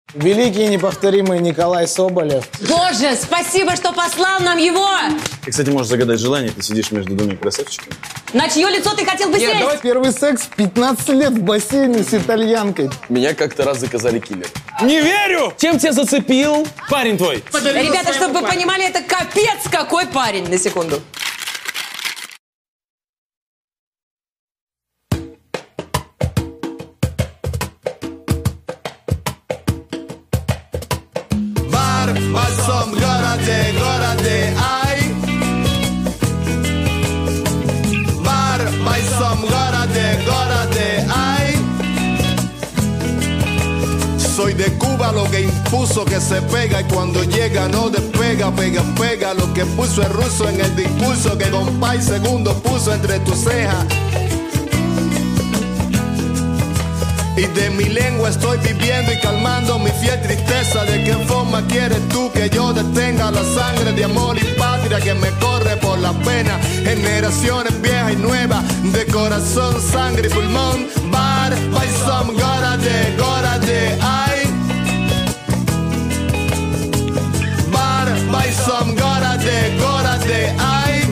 Великий и неповторимый Николай Соболев. Боже, спасибо, что послал нам его! Ты, кстати, можешь загадать желание, ты сидишь между двумя красавчиками. На чье лицо ты хотел бы сесть? Давай первый секс в 15 лет в бассейне с итальянкой. Меня как-то раз заказали киллер. Не верю! Чем тебя зацепил парень твой? Ребята, чтобы вы понимали, это капец какой парень, на секунду. В большом городе, ай. Бар в большом городе, ай. Soy de Cuba, lo que impuso que se pega y cuando llega no despega, pega lo que puso el ruso en el discurso que compay segundo puso entre tus cejas. Y de mi lengua estoy viviendo y calmando mi fiel tristeza. ¿De qué forma quieres tú que yo detenga la sangre de amor y patria que me corre por la pena? Generaciones viejas y nuevas, de corazón, sangre y pulmón. Bar, by some gorade, ay. Bar, by some gorade, ay.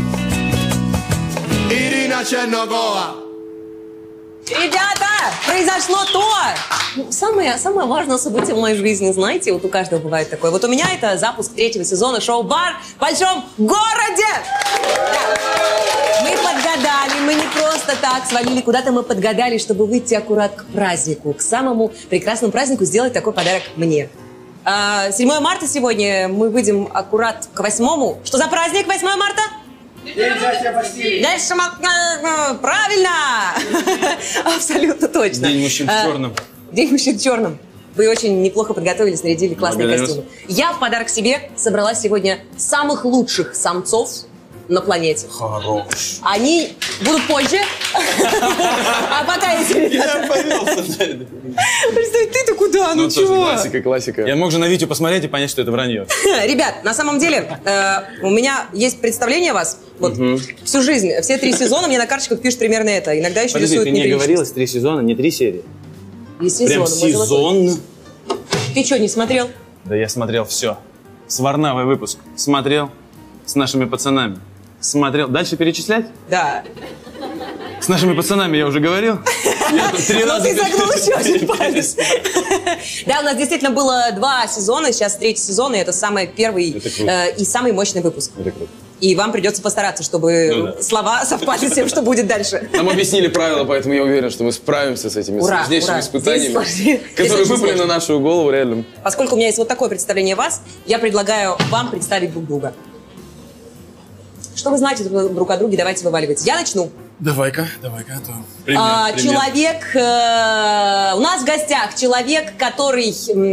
Irina Черногова. Ребята, произошло то! Самое важное событие в моей жизни, знаете, вот у каждого бывает такое. Вот у меня это запуск 3-го сезона шоу «Бар в большом городе». Да. Мы подгадали, мы не просто так свалили куда-то, мы подгадали, чтобы выйти аккурат к празднику, к самому прекрасному празднику, сделать такой подарок мне. 7 марта сегодня, мы выйдем аккурат к 8-му. Что за праздник 8 марта? День взятия Бастилии. Правильно! Абсолютно точно. День мужчин в черном. День мужчин в черном. Вы очень неплохо подготовились, нарядили классные костюмы. Я в подарок себе собрала сегодня самых лучших самцов на планете. Хорош. Они будут позже. А пока эти ребята... Я повелся. Представь, ты-то куда? Ну чего? Классика. Я мог же на Витю посмотреть и понять, что это вранье. Ребят, на самом деле, у меня есть представление о вас. Вот всю жизнь, все 3 сезона мне на карточках пишут примерно это. Иногда еще Подожди, рисуют ты не неприличность. говорилась 3 сезона, не 3 серии. И сезон. Прям сезон. Ты что, не смотрел? Да я смотрел все. С Варнавой выпуск. Смотрел. С нашими пацанами. Смотрел. Дальше перечислять? Да. С нашими пацанами я уже говорил. Я тут 3 раза... ты загнул еще один палец. Да, у нас действительно было 2 сезона, сейчас 3-й сезон, и это самый первый и самый мощный выпуск. Это круто. И вам придется постараться, чтобы слова совпали с тем, что будет дальше. Нам объяснили правила, поэтому я уверен, что мы справимся с этими сложнейшими испытаниями, которые выпали на нашу голову реально. Поскольку у меня есть вот такое представление о вас, я предлагаю вам представить друг друга. Что вы знаете друг о друге, давайте вываливайте. Я начну. Давай-ка, то. Человек, у нас в гостях человек, который...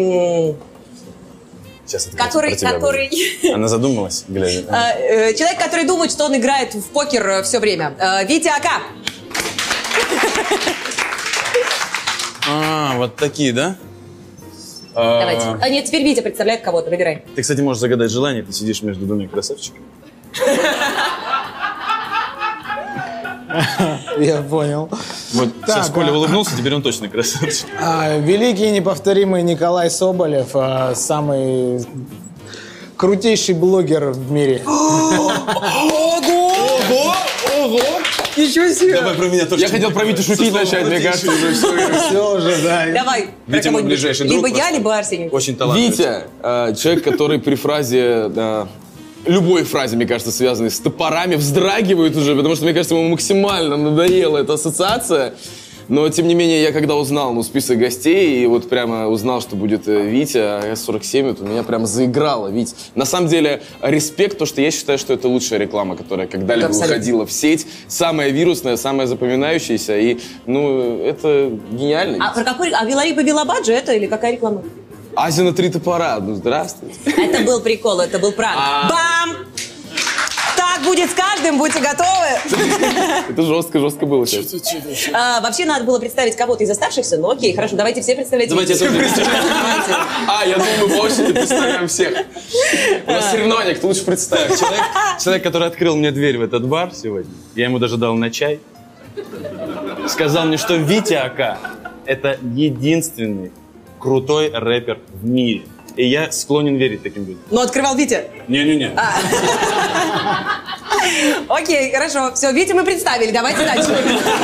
Сейчас это про тебя будет. Она задумалась, глядя. Человек, который думает, что он играет в покер все время. Витя Ака. Вот такие, да? Давайте. Нет, теперь Витя представляет кого-то, выбирай. Ты, кстати, можешь загадать желание, ты сидишь между двумя красавчиками. Я понял. Вот сейчас Коля улыбнулся, теперь он точно красавчик. Великий и неповторимый Николай Соболев, самый крутейший блогер в мире. Ого! Ничего себе! Давай про меня тоже. Я хотел про Витю шутить начать, мне кажется. Все уже, да. Давай. Витя мой ближайший друг. Либо я, либо Арсений. Очень талантливый. Витя, человек, который при фразе... любой фразе, мне кажется, связанной с топорами, вздрагивает уже, потому что, мне кажется, ему максимально надоела эта ассоциация. Но, тем не менее, я когда узнал список гостей, и вот прямо узнал, что будет Витя, С-47, вот у меня прямо заиграло. Витя, на самом деле, респект, то, что я считаю, что это лучшая реклама, которая когда-либо выходила в сеть. Самая вирусная, самая запоминающаяся, и, это гениально. А про какой? А Вилариба Белобаджи это или какая реклама? Азина 3 топора, здравствуйте. Это был прикол, это был пранк. Бам! Так будет с каждым, будьте готовы. Это жестко было сейчас. Вообще надо было представить кого-то из оставшихся, но окей, хорошо, давайте все представляйте. Давайте я тоже представляю. Я думаю, мы по очереди представляем всех. У нас соревнования, кто лучше представит. Человек, который открыл мне дверь в этот бар сегодня, я ему даже дал на чай, сказал мне, что Витя Ака — это единственный крутой рэпер в мире. И я склонен верить таким людям. Но открывал Витя. Не-не-не. Окей, хорошо. Все, Витя мы представили. Давайте дальше.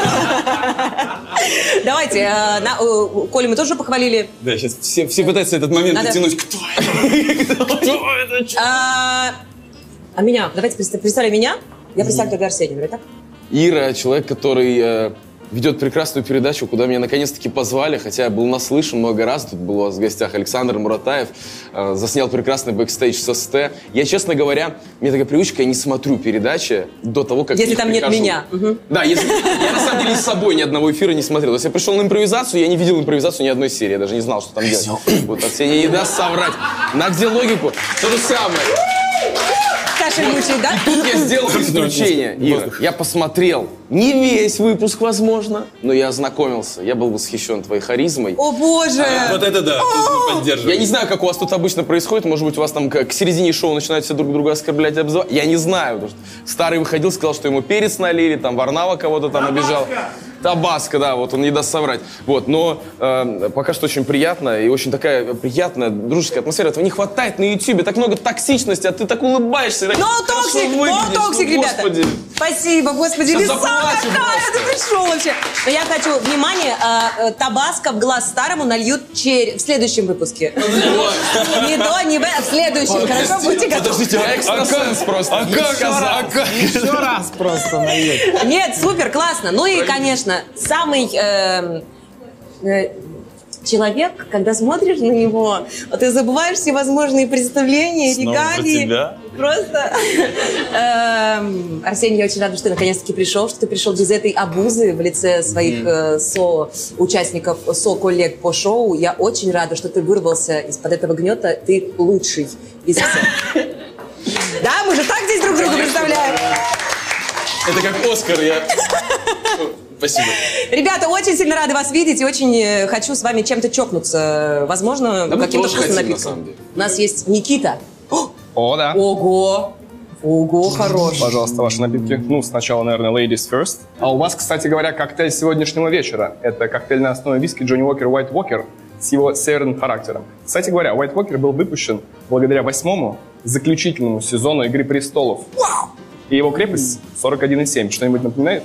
Давайте. Колю мы тоже похвалили. Да, сейчас все пытаются этот момент натянуть. Кто это? А меня? Давайте представим меня. Я представлю тогда Арсения, так? Ира, человек, который ведет прекрасную передачу, куда меня наконец-таки позвали, хотя я был наслышан много раз. Тут был у вас в гостях Александр Муратаев, заснял прекрасный бэкстейдж с СТ. Я, честно говоря, у меня такая привычка, я не смотрю передачи до того, как если там прихожу. Нет меня. Да, я на самом деле с собой ни одного эфира не смотрел. То есть я пришел на импровизацию, я не видел импровизацию ни одной серии, я даже не знал, что там делать. Вот Арсений не даст соврать. На где логику? То же самое. Кашель мучает, да? Тут я сделал исключение, Ира. Я посмотрел не весь выпуск, возможно, но я ознакомился. Я был восхищен твоей харизмой. О, боже! Вот это да, тут мы поддерживаем. Я не знаю, как у вас тут обычно происходит. Может быть, у вас там к середине шоу начинают все друг друга оскорблять и обзывать. Я не знаю, потому что старый выходил, сказал, что ему перец налили, там Варнава кого-то там обижал. Табаско, да, вот он не даст соврать. Вот, но пока что очень приятно и очень такая приятная дружеская атмосфера. Этого не хватает на Ютубе. Так много токсичности, а ты так улыбаешься. No toxic, ребята. Господи. Спасибо, господи, Сейчас лиса заплачу какая, ты пришел вообще. Но я хочу, внимание, табаско в глаз старому нальют в следующем выпуске. Не до, не в следующем, хорошо? Будьте готовы. Подождите, экстрасенс просто. Еще раз просто нальет. Нет, супер, классно. Ну и, конечно, самый человек, когда смотришь на него, ты забываешь всевозможные представления, регалии. Просто. Арсений, я очень рада, что ты наконец-таки пришел, что ты пришел без этой обузы в лице своих со-участников, со-коллег по шоу. Я очень рада, что ты вырвался из-под этого гнета. Ты лучший из всех. Да, мы же так здесь друг друга представляем. Это как Оскар, Спасибо. Ребята, очень сильно рады вас видеть и очень хочу с вами чем-то чокнуться. Возможно, да каким-то вкусным напитком. У нас есть Никита. О, да. Ого! Ого, хорош. Пожалуйста, ваши напитки. Ну, сначала, наверное, ladies first. А у вас, кстати говоря, коктейль сегодняшнего вечера. Это коктейль на основе виски Johnny Walker White Walker с его северным характером. Кстати говоря, White Walker был выпущен благодаря 8-му заключительному сезону «Игры престолов». Вау! И его крепость 41,7. Что-нибудь напоминает?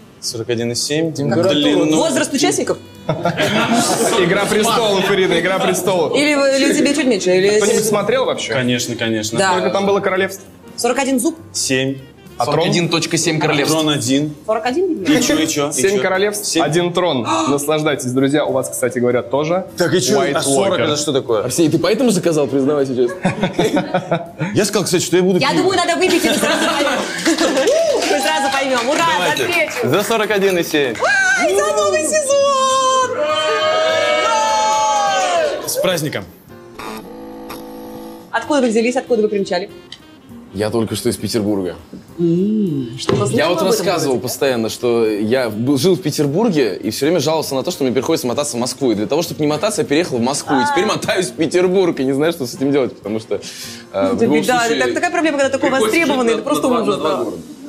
41,7. Возраст участников? «Игра престолов», Ирина, «Игра престолов». Или тебе чуть меньше? Кто-нибудь смотрел вообще? Конечно, конечно. Да. Сколько там было королевств? 41 зуб? 7. А трон? 41.7 королевств. Трон 1. 41? И чё? 7 королевств, 1 трон. Наслаждайтесь, друзья. У вас, кстати говоря, тоже Так и чё? White А 40 Walker. это что такое? Арсений, ты поэтому заказал, признавайся честно? Я сказал, кстати, что я буду Я пить. думаю, надо выпить, и мы сразу поймем. Мы сразу поймем. Ура, за встречу! За 41,7. Ай, за новый сезон! С праздником. Откуда вы взялись, откуда вы примчали? Я только что из Петербурга. Что-то знаем Я вот об этом рассказывал городе? постоянно, что я жил в Петербурге и все время жаловался на то, что мне приходится мотаться в Москву. И для того, чтобы не мотаться, я переехал в Москву. И теперь мотаюсь в Петербург и не знаю, что с этим делать, потому что... в любом Да, случае, такая проблема, когда такой востребованный, это просто ужас. да.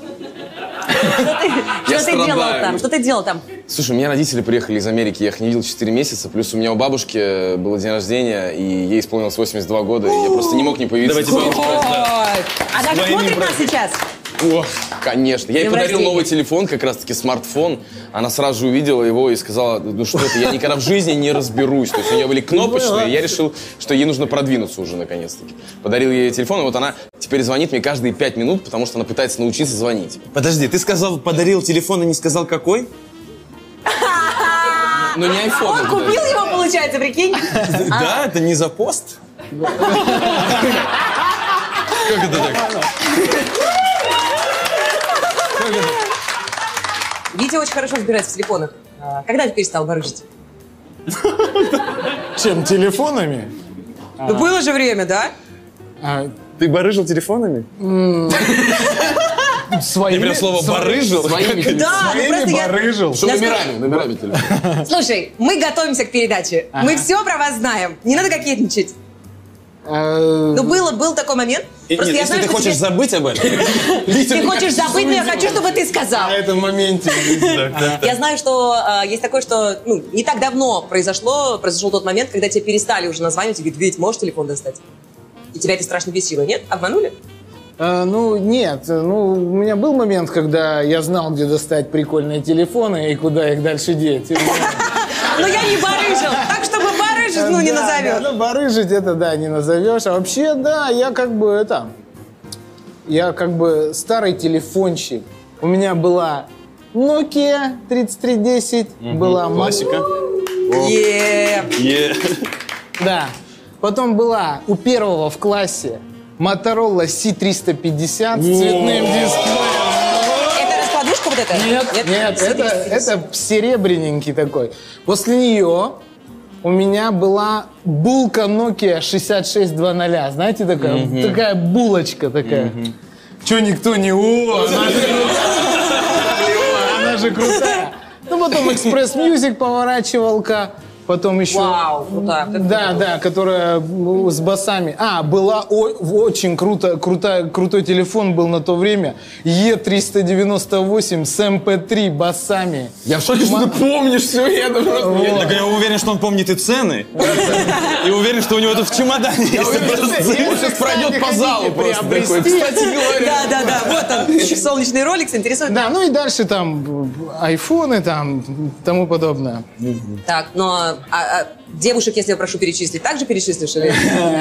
Что ты делал там? Что ты делал там? Слушай, у меня родители приехали из Америки, я их не видел 4 месяца, плюс у меня у бабушки было день рождения, и ей исполнилось 82 года, и я просто не мог не появиться. Давайте бабушку. А Даша смотрит нас сейчас? О, конечно. Я ей Днем подарил рождения. новый телефон, как раз-таки смартфон. Она сразу же увидела его и сказала, ну что ты, я никогда в жизни не разберусь. То есть у нее были кнопочные, и я решил, что ей нужно продвинуться уже наконец-таки. Подарил ей телефон, и вот она теперь звонит мне каждые 5 минут, потому что она пытается научиться звонить. Подожди, ты сказал, подарил телефон и не сказал какой? Но не айфон. Он купил его, получается, прикинь? Да, это не за пост. Как это так? Витя очень хорошо разбирается в телефонах. Когда ты перестал барыжить? Чем, телефонами? Ну, было же время, да? Ты барыжил телефонами? Своими, Ты прям слово «барыжил»? Да, ну просто я... барыжил. Что номерами телефона. Слушай, мы готовимся к передаче. Мы все про вас знаем. Не надо кокетничать. Ну, был такой момент. Просто я если знаю, ты что хочешь тебе- забыть об этом, Ты хочешь забыть, но я хочу, чтобы ты сказал. На этом моменте. Я знаю, что есть такое, что не так давно произошел тот момент, когда тебе перестали уже названивать и говорят: Вить, можешь телефон достать? И тебя это страшно бесило, нет? Обманули? Ну, нет. Ну, у меня был момент, когда я знал, где достать прикольные телефоны и куда их дальше деть. Но я не барыжил. Так, чтобы барыжить, не назовешь. Да, барыжить это, да, не назовешь. А вообще, да, я как бы старый телефонщик. У меня была Nokia 3310, была классика. Да. Потом была у первого в классе Motorola C350 с цветным дисплеем. Это раскладушка вот эта? Нет, это серебряненький такой. После нее у меня была булка Nokia 6620. Знаете, такая булочка такая. Че никто не... Она же крутая. Ну, потом Express Music поворачивалка. Потом еще... Вау, крутая. Да, которая с басами. Была очень крутой телефон был на то время. E398 с MP3 басами. Я в шоке, что ты помнишь все это просто. Так я уверен, что он помнит и цены. И уверен, что у него это в чемодане есть. Он сейчас пройдет по залу просто такой. Кстати говоря. Да, вот он, солнечный ролик, интересует. Да, ну и дальше там айфоны, там тому подобное. Так, но девушек, если я прошу перечислить, также перечислишь или?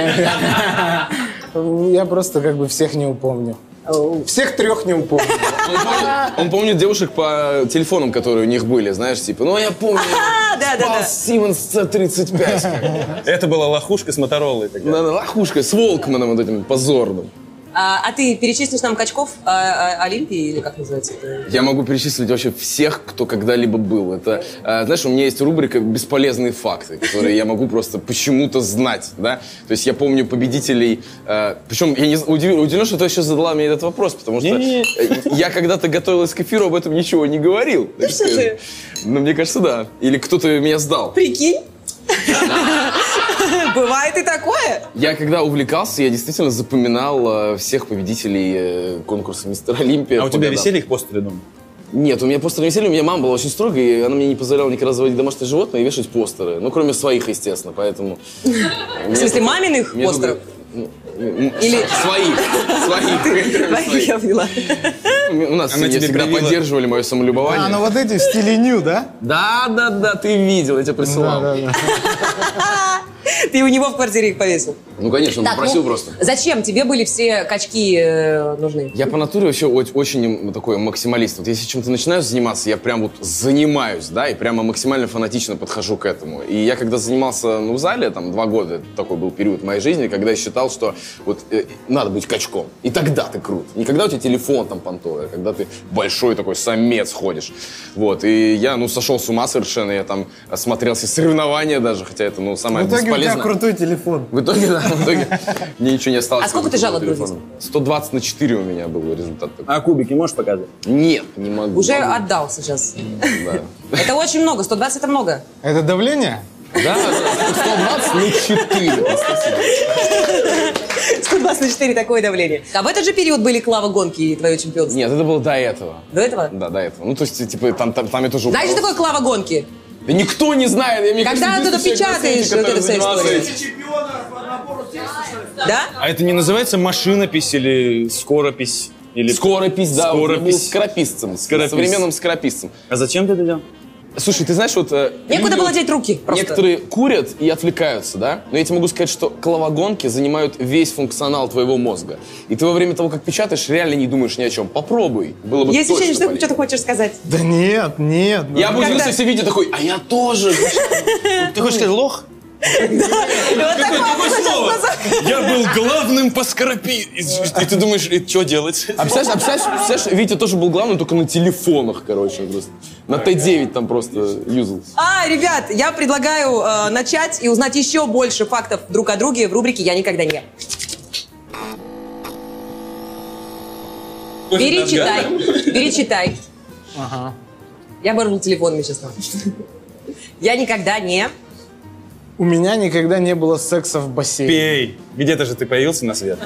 Я просто как бы всех не упомню. Всех трех не упомню. Он помнит девушек по телефонам, которые у них были, знаешь, типа, я помню. Да. Siemens C35. Это была лохушка с Моторолой. Да, лохушка с Волкманом вот этим позорным. А ты перечислишь нам качков Олимпии, или как называется это? Я могу перечислить вообще всех, кто когда-либо был. Это, знаешь, у меня есть рубрика «Бесполезные факты», которые я могу просто почему-то знать, да. То есть я помню победителей, причем я не удивлен, что ты сейчас задала мне этот вопрос, потому что я когда-то готовилась к эфиру, об этом ничего не говорил. Да что ты? Ну, мне кажется, да. Или кто-то меня сдал. Прикинь? Бывает и такое. Я когда увлекался, я действительно запоминал всех победителей конкурса «Мистер Олимпия». А у тебя висели их постеры дома? Нет, у меня постеры не висели, у меня мама была очень строгая, и она мне не позволяла никогда заводить домашние животные и вешать постеры. Ну, кроме своих, естественно, поэтому... В смысле, маминых постеров? Или... Своих. Я поняла. У нас в семье всегда поддерживали мое самолюбование. Ну вот эти в стиле ню, да? Да, ты видел, я тебе присылал. Да. Ты у него в квартире их повесил? Ну, конечно, он попросил просто. Зачем тебе были все качки нужны? Я по натуре вообще очень такой максималист. Вот если чем-то начинаю заниматься, я прям вот занимаюсь, да, и прямо максимально фанатично подхожу к этому. И я когда занимался, в зале, там, 2 года, такой был период в моей жизни, когда я считал, что вот надо быть качком. И тогда ты крут. Не когда у тебя телефон там понтовый, а когда ты большой такой самец ходишь. Вот. И я, сошел с ума совершенно. Я там смотрел все соревнования даже, хотя это, самое бесполезное. У тебя крутой телефон. В итоге, да, мне ничего не осталось. А сколько ты жал отгрузить? 120/4 у меня был результат такой. А кубики можешь показать? Нет, не могу. Уже отдал сейчас. Да. Это очень много, 120 это много. Это давление? Да, 120/4. 120/4 такое давление. А в этот же период были клава-гонки и твое чемпионство? Нет, это было до этого. До этого? Да, до этого. То есть, типа, там я тоже... Знаешь, что такое клава-гонки? Да никто не знает. Когда ты печатаешь вот эту вся история. Да? А это не называется машинопись или скоропись? Или... Скоропись, да. Скоропись. Я был скорописцем. Современным скорописцем. А зачем ты это делал? Слушай, ты знаешь, вот... Некуда было деть руки просто. Некоторые курят и отвлекаются, да? Но я тебе могу сказать, что клавагонки занимают весь функционал твоего мозга. И ты во время того, как печатаешь, реально не думаешь ни о чем. Попробуй. Было бы Есть точно ощущение, что ты полезно. что-то хочешь сказать. Да нет. Я бы удивился, если видео такой, а я тоже. Ты хочешь сказать лох? Какое слово? Я был главным по скоропи. И ты думаешь, что делать? А представляешь, Витя тоже был главным, только на телефонах, короче, просто. На Т9 там просто юзал. Ребят, я предлагаю начать и узнать еще больше фактов друг о друге в рубрике «Я никогда не». Перечитай. Ага. Я боролся телефонами сейчас. Я никогда не... У меня никогда не было секса в бассейне. Пей. Где-то же ты появился на свет.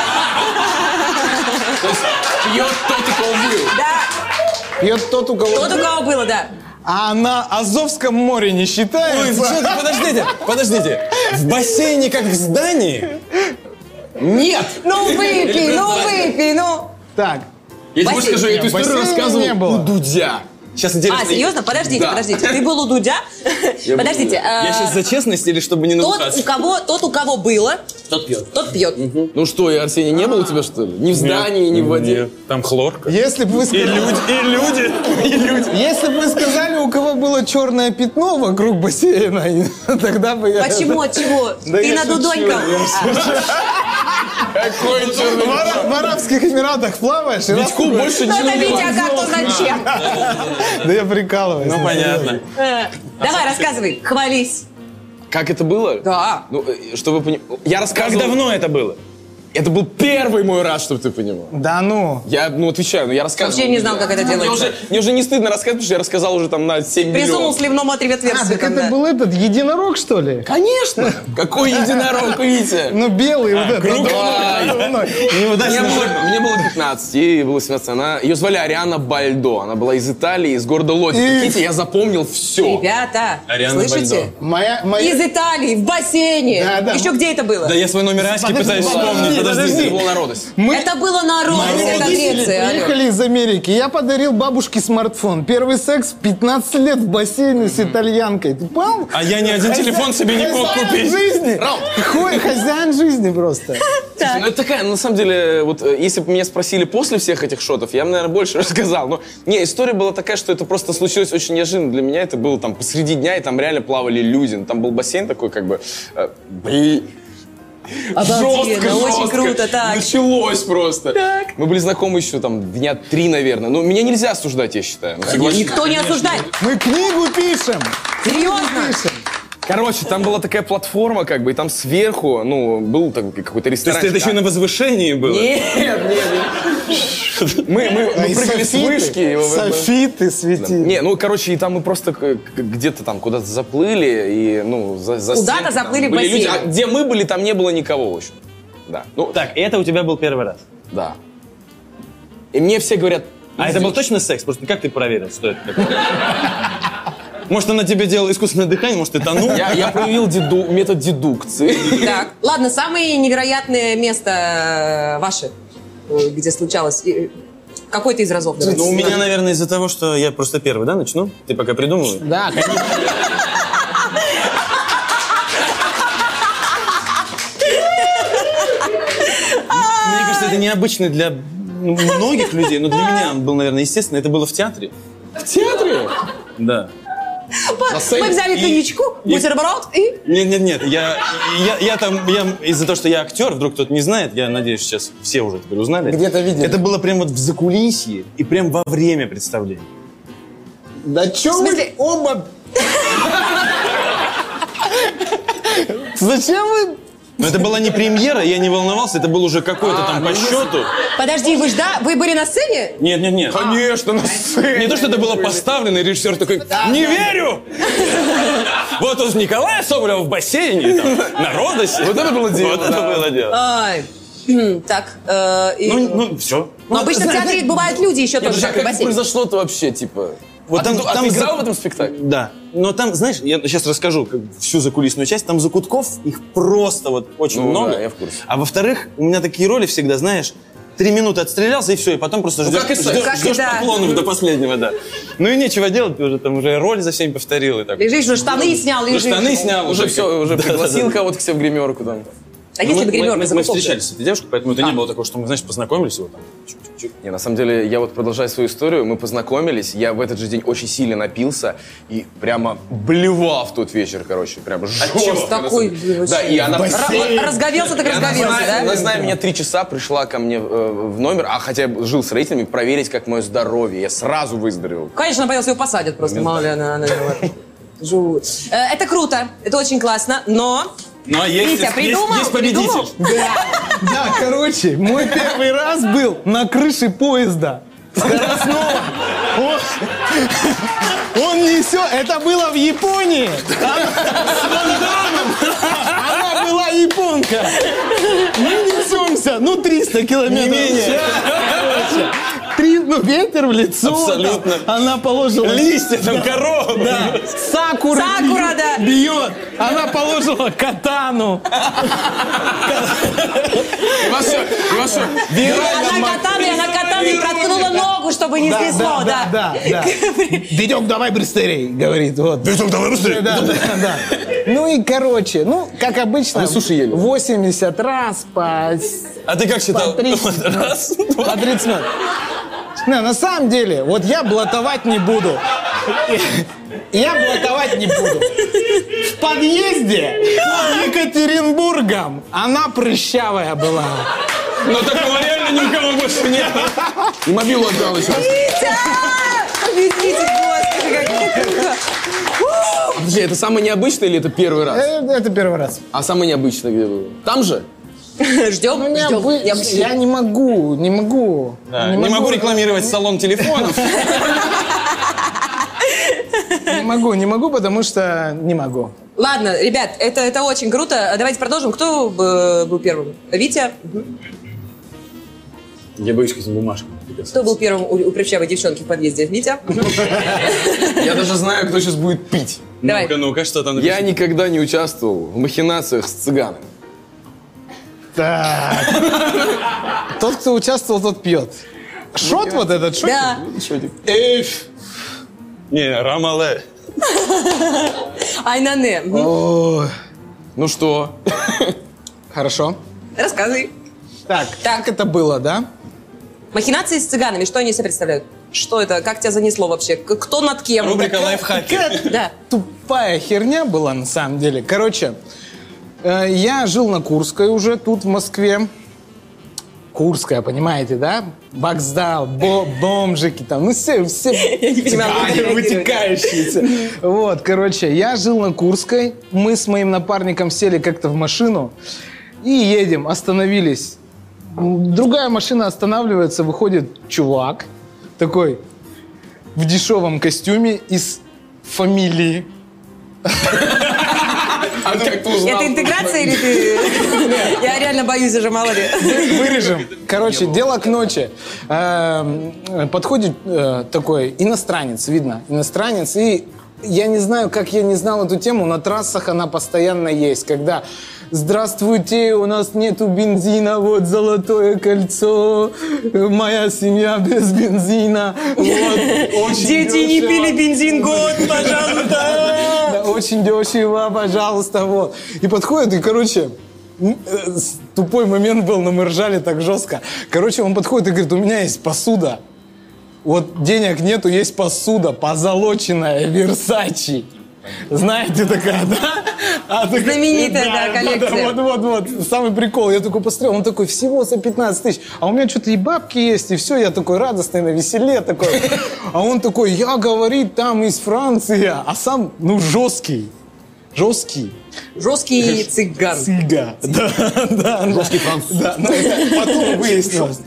Пьет тот, у кого был. Да, Пьет тот, у кого... тот, у кого было, да. А на Азовском море не Ой, считается? подождите. В бассейне, как в здании? Нет! Ну выпей, ну. Так, Я тебе Бассейн. скажу, я эту Нет, историю бассейна рассказывал не было. у Дудя. Сейчас интересно. Серьезно? Подождите. Ты был у Дудя? был у Подождите. Я сейчас за честность или чтобы не набухаться? Тот, у кого было, Тот пьет. тот пьет. Ну что, я, Арсений, не было у тебя, что ли? Ни в здании, ни в воде? Нет, там хлорка. если бы вы сказали... Если бы вы сказали, у кого было черное пятно вокруг бассейна, тогда бы я... Почему? От чего? Да Ты я на шучу, Дудоньках. Какой черный... В Арабских Эмиратах плаваешь и Витьку больше Ну это ничего не Витя, а как, то зачем? Да я прикалываюсь. Ну, понятно. Давай, рассказывай, хвались. Как это было? Да. Ну, чтобы вы понимали... Я Как рассказывал... давно это было? Это был первый мой раз, чтобы ты понимал. Да ну. Я, отвечаю, я рассказывал. Вообще не знал, как это делается. Мне уже не стыдно рассказывать, потому что я рассказал уже там на 7 Присунул миллионов. сливному отверстие. Так это был этот единорог, что ли? Конечно! Какой единорог, Витя? Ну, белый вот этот. Давай. Мне было 15, ей было 17. Ее звали Ариана Бальдо. Она была из Италии, из города Лоди. Прикиньте, я запомнил все. Ребята, Ариана слышите? Моя... Из Италии, в бассейне. Да. Еще где это было? Да я свой номер Аськи пытаюсь вспомнить. Это Подожди. было народность. Это было на Родосе, это Греция. алло. Приехали из Америки. Я подарил бабушке смартфон. Первый секс в 15 лет в бассейне с итальянкой. Ты понял? А я ни один телефон себе не мог Хозяин купить. жизни. Хозяин жизни просто. Ну, это такая, на самом деле, вот если бы меня спросили после всех этих шотов, я бы, наверное, больше рассказал. Но не, история была такая, что это просто случилось очень неожиданно для меня. Это было там посреди дня, и там реально плавали люди. Там был бассейн такой, как бы, Обалденно, очень круто, так. Началось просто. Так. Мы были знакомы еще там дня 3, наверное. Но меня нельзя осуждать, я считаю. Ну, согласен. Никто не осуждает. Мы книгу пишем. Серьезно? Короче, там была такая платформа, как бы, и там сверху, ну, был там какой-то То есть ресторан. это еще на возвышении было? Нет. Мы прыгали с вышки. Софиты светили. Не, ну, короче, и там мы просто где-то там куда-то заплыли, и, ну, за Куда-то стенкой там заплыли в были люди. бассейн. А где мы были, там не было никого, в общем. Да, ну, Так, это у тебя был первый раз. да. И мне все говорят... А это был точно секс? Просто как ты проверил, что это такое? Может, она тебе делала искусственное дыхание, может, ты тонул? Я проявил метод дедукции. Так, ладно, самое невероятное место ваше, где случалось, какой-то из разов. давайте. Ну, у меня, наверное, из-за того, что я просто первый, да, начну? Ты пока придумывай. Да, конечно. Мне кажется, это необычно для многих людей, но для меня он был, наверное, естественно. Это было в театре. В театре? Да. Мы взяли коньячку, бутерброд и... Нет. Я из-за того, что я актер, вдруг кто-то не знает, я надеюсь, сейчас все уже теперь узнали. Где-то видели. Это было прям вот в закулисье и прям во время представления. Да чё В вы смысле? оба... Зачем вы... Но это была не премьера, я не волновался, это был уже какой-то там по счету. Подожди, вы были на сцене? Нет. Конечно, на сцене. Не то, что это было поставлено, и режиссер такой, не верю! Вот у Николая Соболева в бассейне, там, на Родосе. Вот это было дело. Вот это было дело. Ай, так, Ну, все. но обычно в театре бывают люди еще тоже, Как как и в это бассейне. произошло-то вообще, типа? Вот Ты играл в этом спектакле? Да. Но там, знаешь, я сейчас расскажу всю закулисную часть. Там закутков, их просто вот очень Ну, много. да, я в курсе. А во-вторых, у меня такие роли всегда, знаешь, 3 минуты отстрелялся, и все, и потом просто ждешь, как и секс. Как и ждешь да. поклонов до последнего, да. Ну и нечего делать, ты уже там уже роль за всеми повторил. И так. Лежишь, уже штаны снял, Ну, лежишь. штаны снял. Уже все, уже Да, пригласил да, да. кого-то к себе в гримерку там. А если бы гримерка мы закупал? встречались с этой девушкой, поэтому это не было такого, что мы, знаешь, познакомились и вот там. чик-чик-чик. Не, на самом деле, я вот продолжаю свою историю. Мы познакомились, я в этот же день очень сильно напился и прямо блевал в тот вечер, короче, прямо жестко. Такой, Да, и она... Разговелся, так И она, разговелся, она, да? зная меня 3 часа, пришла ко мне в номер, а хотя я жил с родителями, проверить, как мое здоровье. Я сразу выздоровел. Конечно, она боялась, его посадят просто, мало ли она живут. Это круто, это очень классно, но... Ну, а есть, Витя, придумал? есть победитель. Придумал? Да, короче, мой первый раз был на крыше поезда. Скоростного. Он несет. Это было в Японии. Она была японка. Мы несемся, 300 километров в час. Ветер в лицо. Абсолютно. Там, она положила... Листья, там корова. Да. Сакура да. бьет. Она положила катану. Она катаной проткнула ногу, чтобы не снесло, да. Витек, давай быстрее, говорит. Вот. Витек, давай быстрее. Да. Ну и короче, как обычно, А вы суши ели? 80 раз по... А ты как считал? По 30 Раз, два. По 30 минут. Не, на самом деле, вот я блатовать не буду. Я блатовать не буду. В подъезде под Екатеринбургом она прыщавая была. Но такого реально никого больше нет. И мобилу отдал сейчас. Витя! Победитель, господи, как круто! Подожди, это самое необычное или это первый раз? Это первый раз. А самое необычное где было? Там же? Ждем. Я не могу. Да, не могу рекламировать салон телефонов. Не могу, потому что не могу. Ладно, ребят, это очень круто. Давайте продолжим. Кто был первым? Витя? Я боюсь к этим бумажкам. Кто был первым у прыщавой девчонки в подъезде? Витя? Я даже знаю, кто сейчас будет пить. Давай. Ну-ка, что там Я никогда не участвовал в махинациях с цыганами. Так. Тот, кто участвовал, тот пьет. Шот вот этот, шот? Да. Не, Рамале. Айнане. Ой. Ну что? Хорошо. Рассказывай. Так это было, да? Махинации с цыганами, что они себе представляют? Что это? Как тебя занесло вообще? Кто над кем? Рубрика лайфхаки. Да. Тупая херня была на самом деле. Короче, я жил на Курской уже тут в Москве. Курская, понимаете, да? Вокзал, бомжики там, все Я не понимаю, как это вытекающиеся. Вот, короче, я жил на Курской, мы с моим напарником сели как-то в машину и едем, остановились. Другая машина останавливается, выходит чувак, такой в дешевом костюме из фамилии. А как ты узнал? Это интеграция или ты... Я реально боюсь уже, мало ли. Вырежем. Короче, дело к ночи. Подходит такой иностранец, видно, иностранец, и я не знаю, как я не знал эту тему, на трассах она постоянно есть, когда «Здравствуйте, у нас нету бензина, вот золотое кольцо, моя семья без бензина». Вот, очень Дети не дешево. пили бензин год, пожалуйста. Да, очень дешево, пожалуйста, вот. И подходит, и, короче, тупой момент был, но мы ржали так жестко. Короче, он подходит и говорит: у меня есть посуда. Вот денег нету, есть посуда, позолоченная, Версачи. Знаете, такая, да? Знаменитая, да, коллекция. Вот. Самый прикол. Я такой посмотрел, он такой, всего за 15 тысяч. А у меня что-то и бабки есть, и все. Я такой радостный, на веселе такой. А он такой, я, говорит, там из Франции. А сам, жесткий. Жесткий цыган. цыга. Да. Жесткий француз. Да, но это потом выяснилось.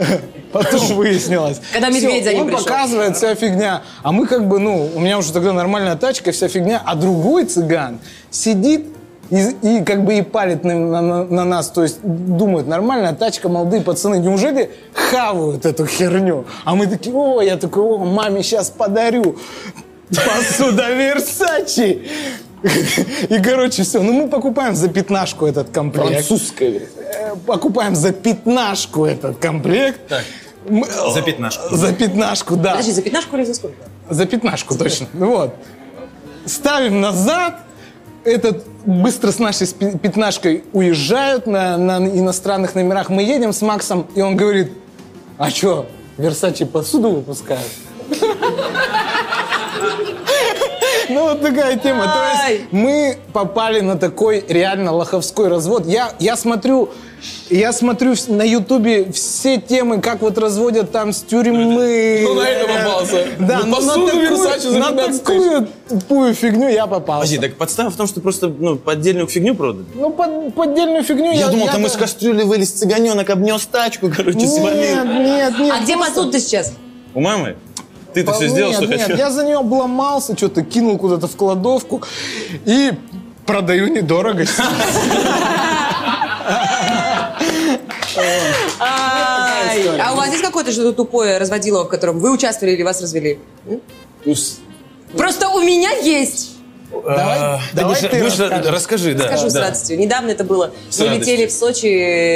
Когда медведь за ним он пришел. показывает вся фигня. А мы как бы, у меня уже тогда нормальная тачка, вся фигня. А другой цыган сидит и как бы и палит на нас. То есть думает, нормальная тачка, молодые пацаны, неужели хавают эту херню? А мы такие, я такой, маме сейчас подарю посуда Версачи. И, короче, все. Мы покупаем за 15 этот комплект. Французская, говорит. Покупаем за 15 этот комплект. Так, за 15. За 15, да. Подожди, за 15 или за сколько? За 15 точно. Вот. Ставим назад. Быстро с нашей 15 уезжают на иностранных номерах. Мы едем с Максом, и он говорит, а что, Версачи посуду выпускают? Вот такая тема. То есть мы попали на такой реально лоховской развод. Я смотрю на Ютубе все темы, как вот разводят там с тюрьмы. На это попался. Да, на посуду Версачи за 15 тысяч. такую тупую фигню я попался. Подожди, так подстава в том, что просто поддельную фигню продали? Поддельную фигню Я думал, там из кастрюли вылез цыганенок, обнес тачку, свалил. Нет. А где посуда сейчас? У мамы? Ты-то все сделал, что Нет, хотел? я за нее обломался, что-то кинул куда-то в кладовку и продаю недорого. А у вас есть какое-то что-то тупое разводилово, в котором вы участвовали или вас развели? Просто у меня есть. Давай ты расскажи, да. Скажу с радостью. Недавно это было. С Мы радостью. летели в Сочи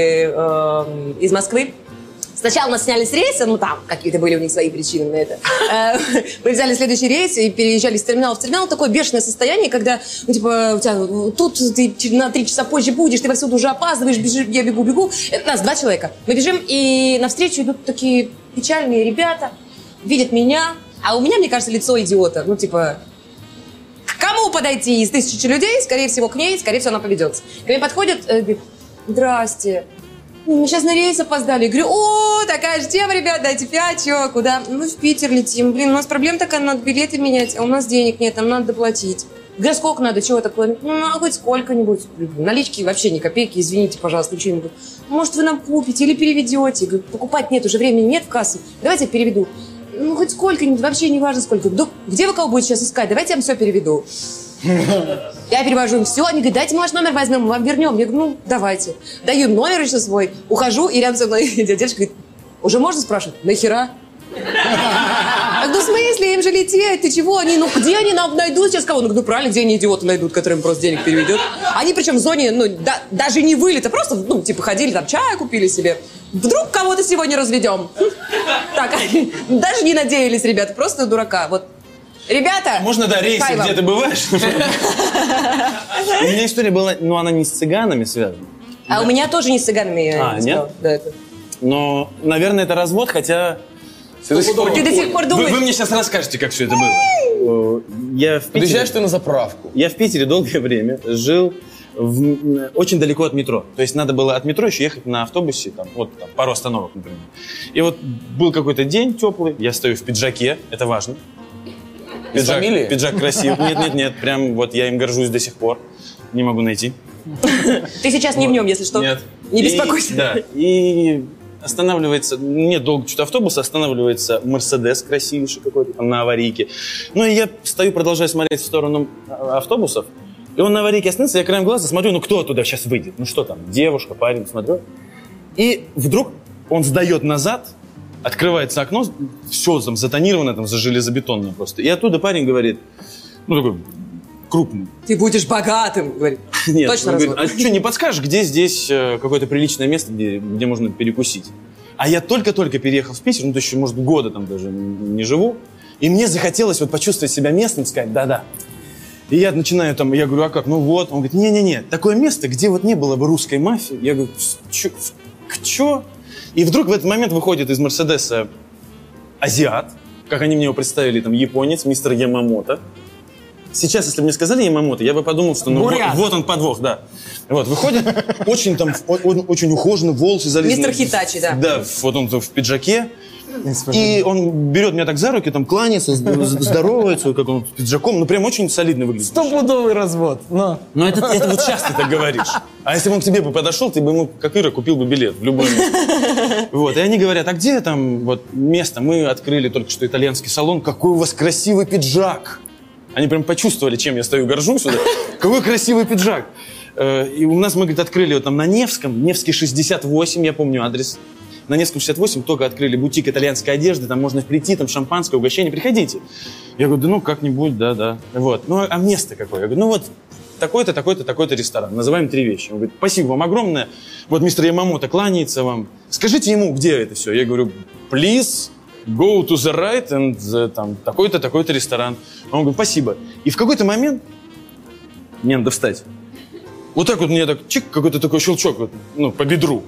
из Москвы. Сначала нас сняли с рейса, ну там какие-то были у них свои причины на это. Мы взяли следующий рейс и переезжали с терминала в терминал. Такое бешеное состояние, когда, ну, типа, у тебя тут ты на 3 часа позже будешь, ты вовсюду уже опаздываешь, бежишь, я бегу. Нас 2 человека. Мы бежим, и навстречу идут такие печальные ребята, видят меня, а у меня, мне кажется, лицо идиота. Ну, типа, к кому подойти из 1000 людей? Скорее всего, к ней, скорее всего, она поведется. Ко мне подходит, говорит: здрасте. Мы сейчас на рейс опоздали. Я говорю: о, такая же тема, ребят, дайте 5, чё, куда? Мы в Питер летим. Блин, у нас проблема такая, надо билеты менять, а у нас денег нет, нам надо доплатить. Говорю: сколько надо, чего такое? Ну, хоть сколько-нибудь. Налички вообще ни копейки, извините, пожалуйста, ничего-нибудь. Может, вы нам купите или переведете? Говорю: покупать нет, уже времени нет в кассу. Давайте я переведу. Ну, хоть сколько-нибудь, вообще не важно сколько. Где вы кого будете сейчас искать? Давайте я вам все переведу. Я перевожу им все, они говорят: дайте мы ваш номер возьмем, мы вам вернем. Я говорю: ну, давайте. Даю им номер еще свой, ухожу, и рядом со мной дядечка говорит: уже можно спрашивать? Нахера? Ну, в смысле, им же лететь, ты чего? Они, ну, где они нам найдут сейчас кого? Ну, правильно, где они идиоты найдут, которым просто денег переведет? Они причем в зоне, ну, даже не вылета, просто, ну, типа, ходили там, чая купили себе. Вдруг кого-то сегодня разведем? Так, даже не надеялись, ребята, просто дурака. Вот. Ребята! Можно, да, рейсы, где ты бываешь? У меня история была, но она не с цыганами связана. А у меня тоже не с цыганами. А, нет? Да, это. Но, наверное, это развод, хотя... Ты до сих пор думаешь? Вы мне сейчас расскажете, как все это было. Приезжаешь ты на заправку. Я в Питере долгое время жил очень далеко от метро. То есть надо было от метро еще ехать на автобусе, там, вот там, пару остановок, например. И вот был какой-то день теплый, я стою в пиджаке, это важно. Пиджак красивый. Нет, прям вот я им горжусь до сих пор. Не могу найти. Ты сейчас не в нем, если что. Нет. Не беспокойся. Да. И останавливается, нет долго что-то автобуса, останавливается Мерседес красивейший какой-то там на аварийке. Ну и я стою, продолжаю смотреть в сторону автобусов. И он на аварийке остановится, я краем глаза смотрю, ну кто туда сейчас выйдет? Ну что там, девушка, парень, смотрю. И вдруг он сдает назад, открывается окно, все там затонировано, там железобетонное просто. И оттуда парень говорит, ну такой крупный. Ты будешь богатым, говорит. Нет, точно он развод. говорит: а что, не подскажешь, где здесь какое-то приличное место, где можно перекусить? А я только-только переехал в Питер, ну то еще, может, года там даже не живу. И мне захотелось вот почувствовать себя местным, сказать: да-да. И я начинаю там, я говорю: а как? Ну вот. Он говорит: не-не-не, такое место, где вот не было бы русской мафии. Я говорю: чё? И вдруг в этот момент выходит из Мерседеса азиат, как они мне его представили, там, японец, мистер Ямамото. Сейчас, если бы мне сказали Ямамото, я бы подумал, что ну, вот он подвох, да. Вот, выходит, очень там, очень ухоженный, волосы залезаны. Мистер Хитачи, да. Да, вот он в пиджаке. И он берет меня так за руки, там, кланяется, здоровается, как он с пиджаком. Ну, прям очень солидно выглядит. Стопудовый развод. Но Это вот сейчас ты так говоришь. А если бы он к тебе бы подошел, ты бы ему, как Ира, купил бы билет в любой место. Вот, и они говорят: а где там вот место? Мы открыли только что итальянский салон. Какой у вас красивый пиджак. Они прям почувствовали, чем я стою, горжусь сюда. Какой красивый пиджак. И у нас, мы, говорит, открыли вот там на Невском, Невский 68, я помню адрес. На Невском 68 только открыли бутик итальянской одежды, там можно прийти, там шампанское, угощение, приходите. Я говорю: да ну как-нибудь, да. Вот. Ну а место какое? Я говорю: ну вот такой-то, такой-то, такой-то ресторан. Называем 3 вещи. Он говорит: спасибо вам огромное. Вот мистер Ямамото кланяется вам. Скажите ему, где это все. Я говорю: please go to the right and там такой-то, такой-то ресторан. Он говорит: спасибо. И в какой-то момент мне надо встать. Вот так вот мне так чик, какой-то такой щелчок вот, ну, по бедру.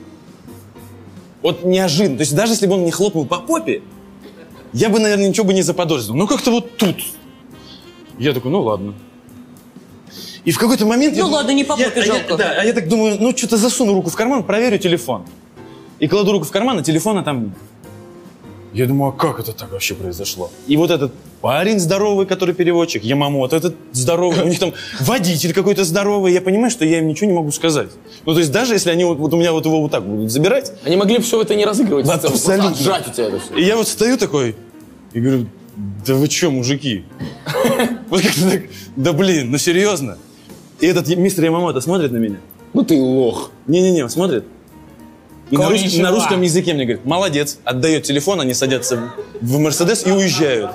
Вот неожиданно. То есть даже если бы он не хлопнул по попе, я бы, наверное, ничего бы не заподозрил. Ну как-то вот тут. Я такой: ну ладно. И в какой-то момент... Ну ладно, не по попе, жалко. Да, а я так думаю, ну что-то засуну руку в карман, проверю телефон. И кладу руку в карман, а телефона там... Я думаю: а как это так вообще произошло? И вот этот парень здоровый, который переводчик, Ямамото этот здоровый, у них там водитель какой-то здоровый. Я понимаю, что я им ничего не могу сказать. Ну, то есть даже если они вот у меня вот его вот так будут забирать... Они могли бы все это не разыгрывать. Да, абсолютно. Отжать у тебя это все. И я вот стою такой и говорю, да вы что, мужики? Вот как-то так, да блин, ну серьезно? И этот мистер Ямамото смотрит на меня. Ну ты лох. Не-не-не, он смотрит. И на русском языке мне говорит, молодец, отдает телефон, они садятся в Мерседес и уезжают.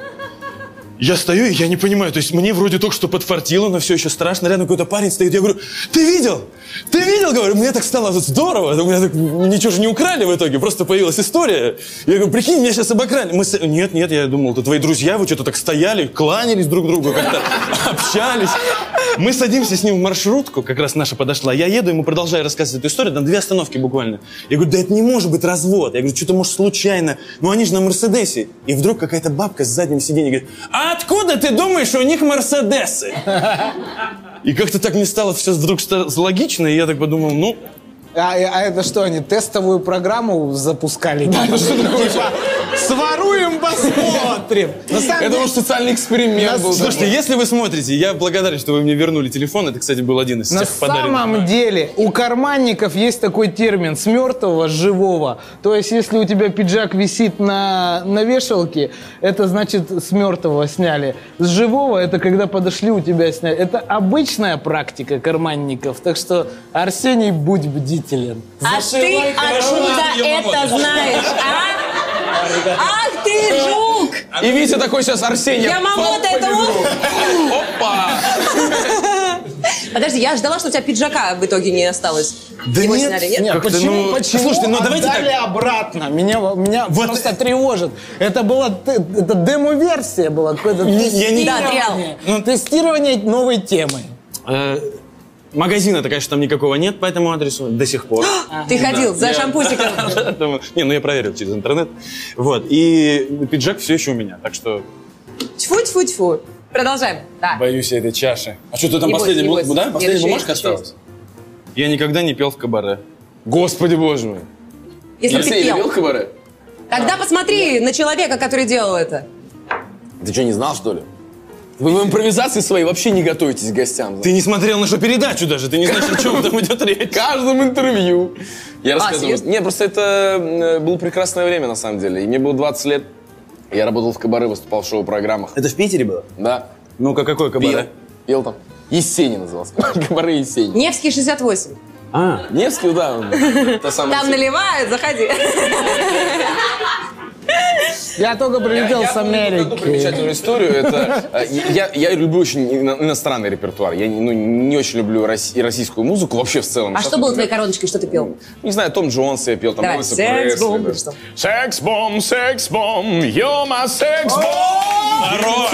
Я стою, и я не понимаю, то есть мне вроде только что подфартило, но все еще страшно, рядом какой-то парень стоит, я говорю, ты видел? Ты видел? Говорю, мне так стало здорово, у меня так, ничего же не украли в итоге, просто появилась история. Я говорю, прикинь, меня сейчас обокрали. Нет, я думал, это твои друзья, вы что-то так стояли, кланялись друг другу, как-то общались. Мы садимся с ним в маршрутку, как раз наша подошла, я еду, ему продолжаю рассказывать эту историю, там 2 остановки буквально. Я говорю, да это не может быть развод. Я говорю, что-то может случайно, ну они же на Мерседесе. И вдруг какая-то бабка с задним сиденьем говорит, а откуда ты думаешь, у них Мерседесы? И как-то так мне стало все вдруг логично, и я так подумал, ну... А это что, они тестовую программу запускали? Да, это что такое? Типа, своруем, посмотрим. Это уж социальный эксперимент был. Слушайте, если вы смотрите, я благодарен, что вы мне вернули телефон. Это, кстати, был один из тех подаренных. На самом деле, у карманников есть такой термин «с мертвого, с живого». То есть, если у тебя пиджак висит на вешалке, это значит с мертвого сняли. С живого, это когда подошли, у тебя сняли. Это обычная практика карманников. Так что, Арсений, будь бдителен. А ты откуда это знаешь, а? Ах ты, жук! И Витя такой сейчас, Арсений. Ямамото это он? Опа! Подожди, я ждала, что у тебя пиджака в итоге не осталось. Да Его нет, сняли, нет? Нет, Как-то, почему слушайте, ну давайте отдали так. обратно? Меня просто тревожит. Это была это демо-версия была. Какое-то тестирование. Тестирование новой темы. Магазина-то, конечно, там никакого нет по этому адресу до сих пор. Ты ходил за шампусиком. Не, ну я проверил через интернет. Вот. И пиджак все еще у меня, так что... Тьфу-тьфу-тьфу. Продолжаем. Да. Боюсь я этой чаши. А что, ты там Не бойся, не бойся. последняя Нет, еще бумажка есть, еще осталась? Я никогда не пел в кабаре. Господи боже мой. Если ты Арсений, пел. любил кабаре? Тогда посмотри на человека, который делал это. Ты что, не знал, что ли? Вы в импровизации своей вообще не готовитесь к гостям. Ты не смотрел нашу передачу даже, ты не знаешь, о чем там идет речь. В каждом интервью. Я рассказывал. серьезно? Не, просто это было прекрасное время, на самом деле. И мне было 20 лет. Я работал в кабаре, выступал в шоу-программах. Это в Питере было? Да. Ну-ка, какой кабаре? Пел там. Есенин назывался. Кабаре Есенин. Невский 68. Невский, да. Та самая Там наливают, заходи. Я только прилетел с одну Америки. примечательную историю. Это, я люблю очень иностранный репертуар. Я не очень люблю российскую музыку вообще в целом. А Сейчас что было вот, твоей короночкой, что ты пел? Не знаю, Том Джонс я пел, там Давай, Элвиса секс-бомб, Пресли, что? Секс-бомб, секс-бомб, you're my sex-bomb. Хорош!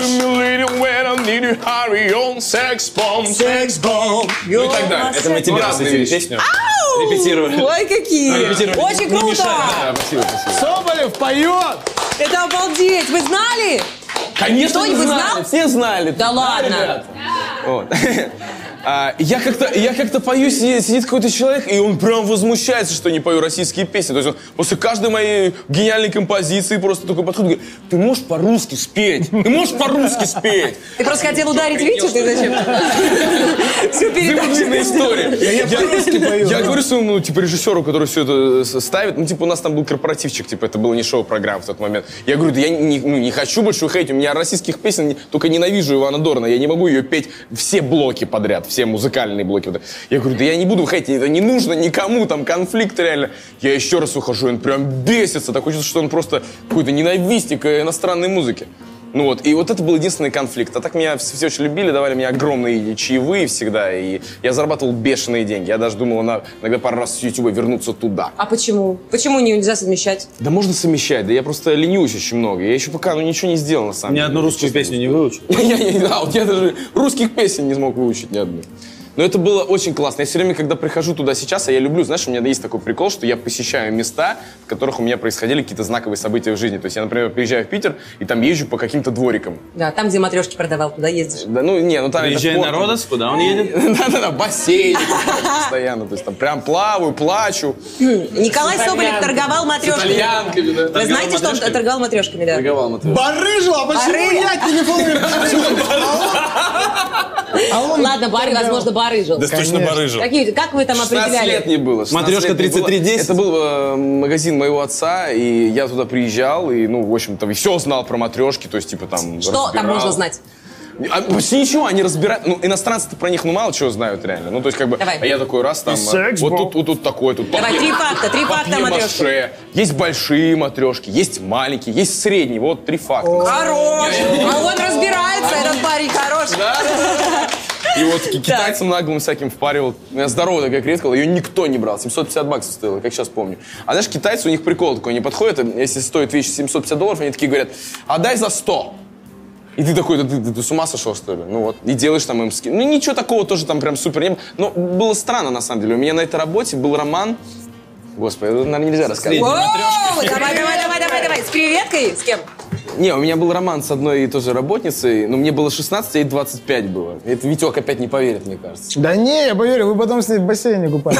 Секс-бомб. Ну и так далее. Это мы тебе разные песню репетировали. Ой, какие! Репетировали. Очень Не круто! мешай, Да, спасибо, спасибо. Соболев поет! Это обалдеть! Вы знали? Конечно, Кто-нибудь знали, знал? все знали. Да ладно! Вот. Я как-то пою, сидит какой-то человек, и он прям возмущается, что не пою российские песни. То есть он после каждой моей гениальной композиции просто такой подходит и говорит, ты можешь по-русски спеть? Ты можешь по-русски спеть? Ты просто хотел ударить Витю, ты зачем? Всю Длинная передачу. история. Я говорю своему, режиссеру, который все это ставит, у нас там был корпоративчик, это было не шоу-программа в тот момент. Я говорю, да я не хочу больше выходить, у меня российских песен, только ненавижу Ивана Дорна, я не могу ее петь все блоки подряд, все музыкальные блоки. Я говорю, да я не буду выходить, это не нужно никому, там конфликт реально. Я еще раз ухожу, он прям бесится, такое чувство, что он просто какой-то ненавистник иностранной музыки. Ну вот, и вот это был единственный конфликт. А так меня все очень любили, давали мне огромные чаевые всегда, и я зарабатывал бешеные деньги. Я даже думал иногда пару раз с Ютуба вернуться туда. А почему? Почему нельзя совмещать? Да можно совмещать, да я просто ленюсь очень много. Я еще пока ничего не сделал на самом Ни деле. одну русскую песню не выучил. Я даже русских песен не смог выучить ни одну. Но это было очень классно. Я все время, когда прихожу туда сейчас, а я люблю, знаешь, у меня есть такой прикол, что я посещаю места, в которых у меня происходили какие-то знаковые события в жизни. То есть я, например, приезжаю в Питер и там езжу по каким-то дворикам. Да, там, где матрешки продавал, туда ездишь. Да, ну, не, ну там Приезжай это на Родос, куда он едет? Да-да-да, бассейн постоянно. То есть там прям плаваю, плачу. Николай Соболев торговал матрешками. Итальянками, да. Вы знаете, что он торговал матрешками, да? Торговал матрешками. Барыжил, а почему я телефон Ладно, возможно, барыжил. Да точно барыжил. Как вы там 16 определяли? лет не было. 16 Матрешка лет не было. 3310? Это был магазин моего отца, и я туда приезжал, и, ну, в общем-то, и все знал про матрешки, то есть, типа, там, Что там разбирал. можно знать? Почти ничего, они разбирают. Ну, иностранцы-то про них, ну, мало чего знают реально. Ну, то есть, как бы, Давай. а я такой раз там, вот тут такой, тут Давай, три факта о матрешках. папье-маше. Есть большие матрешки, есть маленькие, есть средние, вот 3 факта. Хорош! А он разбирается, этот парень хорош. И вот китайцам наглым всяким впаривал. У меня здоровая такая кредитка, ее никто не брал. 750 баксов стоило, как сейчас помню. А знаешь, китайцы, у них прикол такой, они подходят, если стоит вещь 750 долларов, они такие говорят, отдай за 100. И ты такой, ты с ума сошел, что ли? Ну вот, и делаешь там им скидку. Ну ничего такого тоже там прям супер не было. Но было странно, на самом деле. У меня на этой работе был роман. Господи, это, наверное, нельзя рассказывать. Воу, давай. С креветкой? С кем? Не, у меня был роман с одной и той же работницей, но мне было 16, а ей 25 было. Это Витек опять не поверит, мне кажется. Да не, я поверю, вы потом с ней в бассейне купались.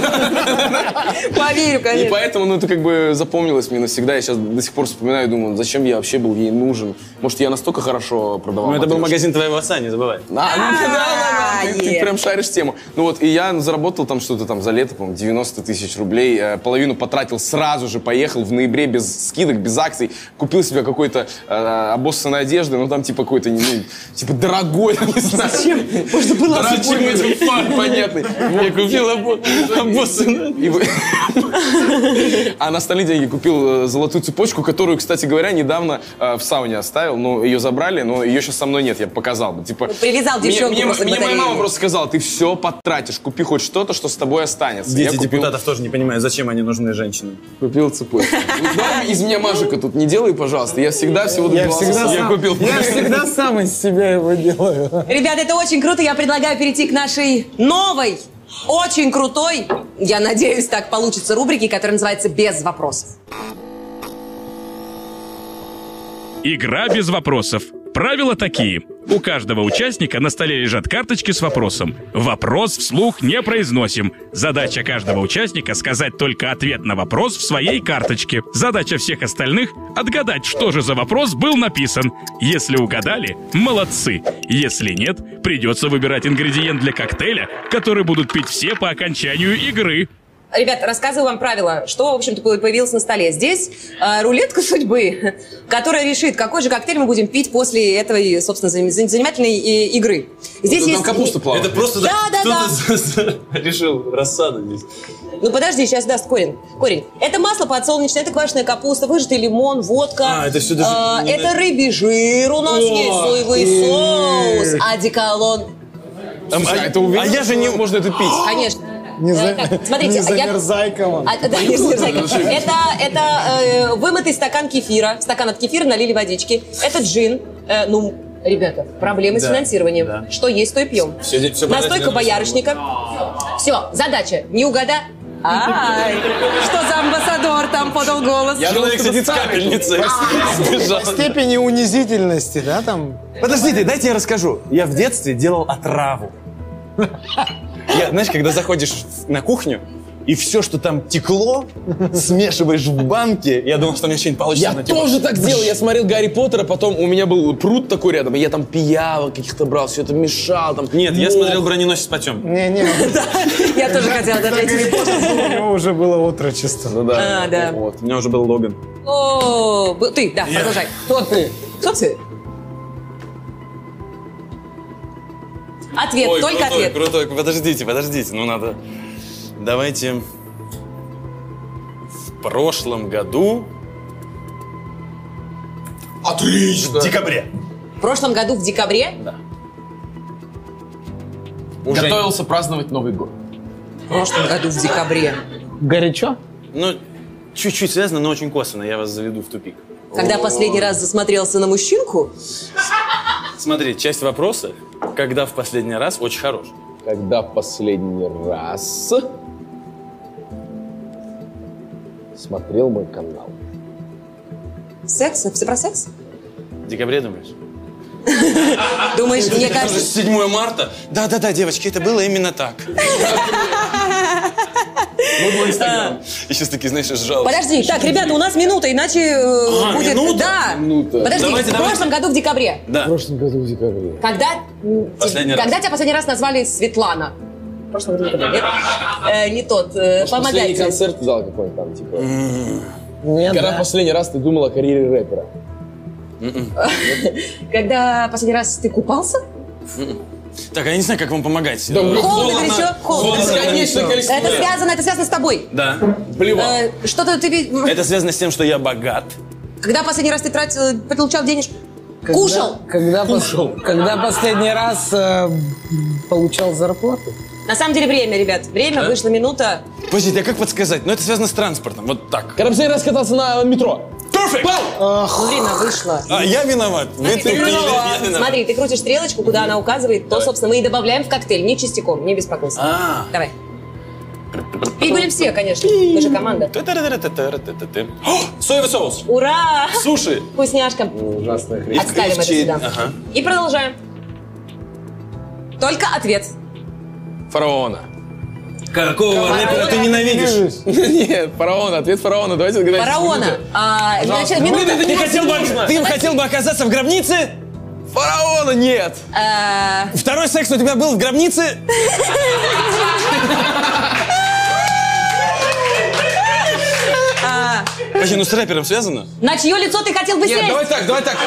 Поверю, И конечно. поэтому, ну, это как бы запомнилось мне навсегда. Я сейчас до сих пор вспоминаю и думаю, зачем я вообще был ей нужен. Может, я настолько хорошо продавал Ну, это был матрешки. магазин твоего отца, не забывай. Ты прям шаришь тему. Ну вот, и я заработал там что-то там за лето, по-моему, 90 тысяч рублей. Половину потратил сразу же, поехал в ноябре без скидок, без акций. Купил себе какой-то обоссанной одежды, ну там типа какой-то, ну, типа дорогой, не знаю. Зачем? Можно было дорогой факт, понятный. Я купил обоссанную. А на остальные деньги купил золотую цепочку, которую, кстати говоря, недавно в сауне оставил. Ну, ее забрали, но ее сейчас со мной нет, я бы показал бы. Типа, Привязал девчонку просто к мне моя батарее. мама просто сказала, ты все потратишь, купи хоть что-то, что с тобой останется. Дети Я купил- депутатов тоже не понимают, зачем они нужны женщинам. Купил цепочку. Да, из меня мажика тут не делай, пожалуйста. Я всегда всего добивался. Я купил. Я всегда сам из себя его делаю. Ребята, это очень круто. Я предлагаю перейти к нашей новой, очень крутой, я надеюсь, так получится, рубрике, которая называется «Без вопросов». Игра без вопросов. Правила такие. У каждого участника на столе лежат карточки с вопросом. Вопрос вслух не произносим. Задача каждого участника — сказать только ответ на вопрос в своей карточке. Задача всех остальных — отгадать, что же за вопрос был написан. Если угадали — молодцы. Если нет, придется выбирать ингредиент для коктейля, который будут пить все по окончанию игры. Ребят, рассказываю вам правила, что, в общем-то, появилось на столе. Здесь рулетка судьбы, которая решит, какой же коктейль мы будем пить после этой, собственно, занимательной игры. Здесь Там есть... капуста плавает. Это просто Да. кто-то решил рассаду здесь. Ну подожди, сейчас даст корень. Это масло подсолнечное, это квашеная капуста, выжатый лимон, водка. Это все даже... Это рыбий жир, у нас есть соевый соус, одеколон. Слушай, это уверен, я же не... что можно это пить. Конечно. Не Так, смотрите, не замерзай, Кован. Да, не замерзай. Это вымытый стакан кефира. В стакан от кефира налили водички. Это джин. Ну, ребята, проблемы с финансированием. да. Что есть, то и пьем. Все Настойка правильно. боярышника. Все, задача. Не угадать. Ай, что за амбассадор там подал голос? Человек сидит с капельницей. Сбежал. Степени унизительности, да, там? Подождите, дайте я расскажу. Я в детстве делал отраву. Знаешь, когда заходишь на кухню, и все, что там текло, смешиваешь в банке, я думал, что у меня что-нибудь получится. Я тоже так делал. Я смотрел Гарри Поттера, потом у меня был пруд такой рядом, и я там пиявок каких-то брал, все это мешал. Там, Нет, я смотрел «Броненосец Потем». Не-не, Я тоже хотела ответить. у него уже было отрочество. Ну да. А, да. Вот. У меня уже был Логан. О, ты, да, продолжай. Кто ты? Кто ты? Ответ, Ой, только крутой, ответ. крутой. Подождите, ну надо... Давайте... В прошлом году... Отлично! В декабре. В прошлом году в декабре? Готовился праздновать Новый год. В прошлом году в декабре. Горячо? Ну, чуть-чуть связано, но очень косвенно. Я вас заведу в тупик. Когда последний раз засмотрелся на мужчинку? Смотри, часть вопроса, когда в последний раз, очень хорош. Когда в последний раз смотрел мой канал? Секс? Все про секс? В декабре, думаешь? Думаешь, мне Это кажется... же 7 марта. Да-да-да, девочки, это было именно так. И сейчас такие, знаешь, сжал. Подожди, так, ребята, у нас минута, иначе будет... минута? Да. Минута. Подожди, Давайте, в прошлом году в декабре. Да. В прошлом году в декабре. Когда Последний раз. тебя последний раз назвали Светлана? В прошлом году в декабре, нет? Не тот. Последний Помогайте. концерт зал какой-нибудь там, типа. Нет, Когда да. последний раз ты думал о карьере рэпера? Когда последний раз ты купался? Так, я не знаю, как вам помогать. Холодно, горячо? Холодно. Бесконечное количество. Это связано с тобой. Да. Плевал. Что-то ты... Это связано с тем, что я богат. Когда последний раз ты получал денежку? Кушал? Когда последний раз получал зарплату? На самом деле время, ребят. Время, вышла минута. Подождите, а как подсказать? Ну, это связано с транспортом. Вот так. Когда последний раз катался на метро? Perfect! Ну, время вышло. А, я виноват. Вы Смотри, тупые, я виноват. Смотри, ты крутишь стрелочку, куда она указывает, то, собственно, мы и добавляем в коктейль. Не частиком, не беспокойся. А. Давай. Пить будем все, конечно. Мы же команда. О, соевый соус. Ура! Суши. Вкусняшка. Ужасная хрень. Отставим это чили. сюда. Ага. И продолжаем. Только ответ. Фараона. Какого рэпера ты ненавидишь? Нет, фараона. Ответ фараона. Давайте угадайте. Фараона. Значит, Ты минута. хотел бы оказаться в гробнице? Фараона нет. Второй секс у тебя был в гробнице? Подожди, ну с рэпером связано? На чье лицо ты хотел бы Нет, сесть? давай так.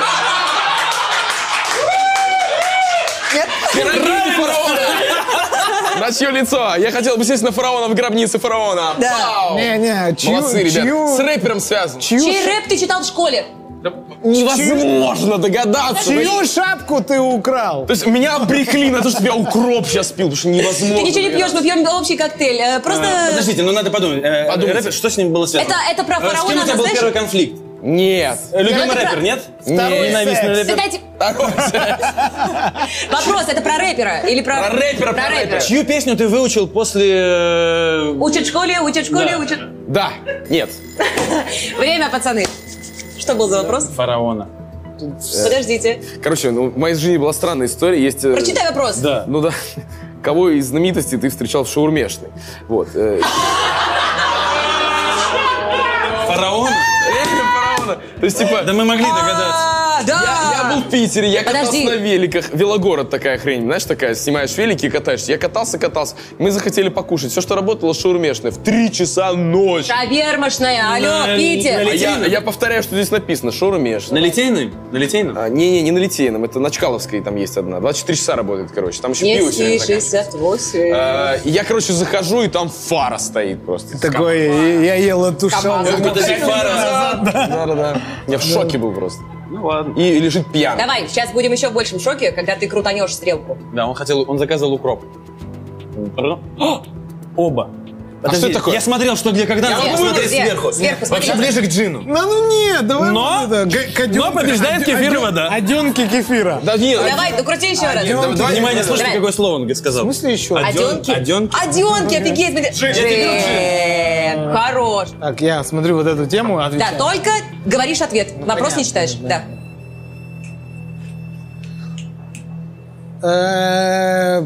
Нет. Пирамида фараона. На чье лицо? Я хотел бы сесть на фараона в гробнице фараона. Да. Вау. Не, Молодцы, ребят. С рэпером связан. Чей рэп ты читал в школе? Невозможно догадаться. Чью шапку ты украл? То есть меня обрекли на то, чтобы я укроп сейчас пил, потому что невозможно. Ты ничего не пьешь, мы пьем общий коктейль. Просто... Подождите, ну надо подумать. Рэпер, что с ним было связано? Это про С кем фараона, у тебя был знаешь? первый конфликт? Нет. Любимый это рэпер, про- нет? Второй Ненавистный секс. рэпер. Вопрос, это про рэпера или про... Про рэпера. Чью песню ты выучил после... Учат в школе, Да. учат. Да. Нет. Время, пацаны. Что был за вопрос? Фараона. Подождите. Короче, ну, в моей жизни была странная история. Есть... Прочитай вопрос. Да. Ну да. Кого из знаменитостей ты встречал в шаурмешной? Вот. Фараон? Реально фараона. То есть, типа... Да мы могли догадаться. Да. Я был в Питере, я катался Подожди. на великах. Велогород такая хрень, знаешь, такая, снимаешь велики и катаешься. Я катался. Мы захотели покушать. Все, что работало, шаурмешная. В 3 часа ночи. Шавермашная, алло, На- Питер. на А я повторяю, что здесь написано. Шаурмешная. На Литейном? На Литейном? Не на Литейном, это на Чкаловской там есть одна. 24 часа работает, короче. Там еще пиво Невский сегодня заканчивается. 68. И я, короче, захожу, и там фара стоит просто. Такой, я ел эту шапку. Подожди, фара. Да. Я в шоке был просто. Ну ладно. И лежит пьяный. Давай, сейчас будем еще в большем шоке, когда ты крутанешь стрелку. Да, он заказывал укроп. О! Оба. А что это такое? Я смотрел, что где, когда, надо Где? посмотреть Где? сверху. Сверху смотри. Вообще ближе к джину. Ну нет, давай. Но- вот это, кадёнка. но побеждает кефир и вода. Оденки кефира. Да нет. Давай, докрути еще раз. Давай, Внимание, слушайте, Давай. какое слово он сказал. В смысле еще? Оденки. Оденки. Оденки, офигеть. смотри. Джем. Хорош. Так, я смотрю вот эту тему, Да, отвечаю. только говоришь ответ. Вопрос не читаешь. Да. Э,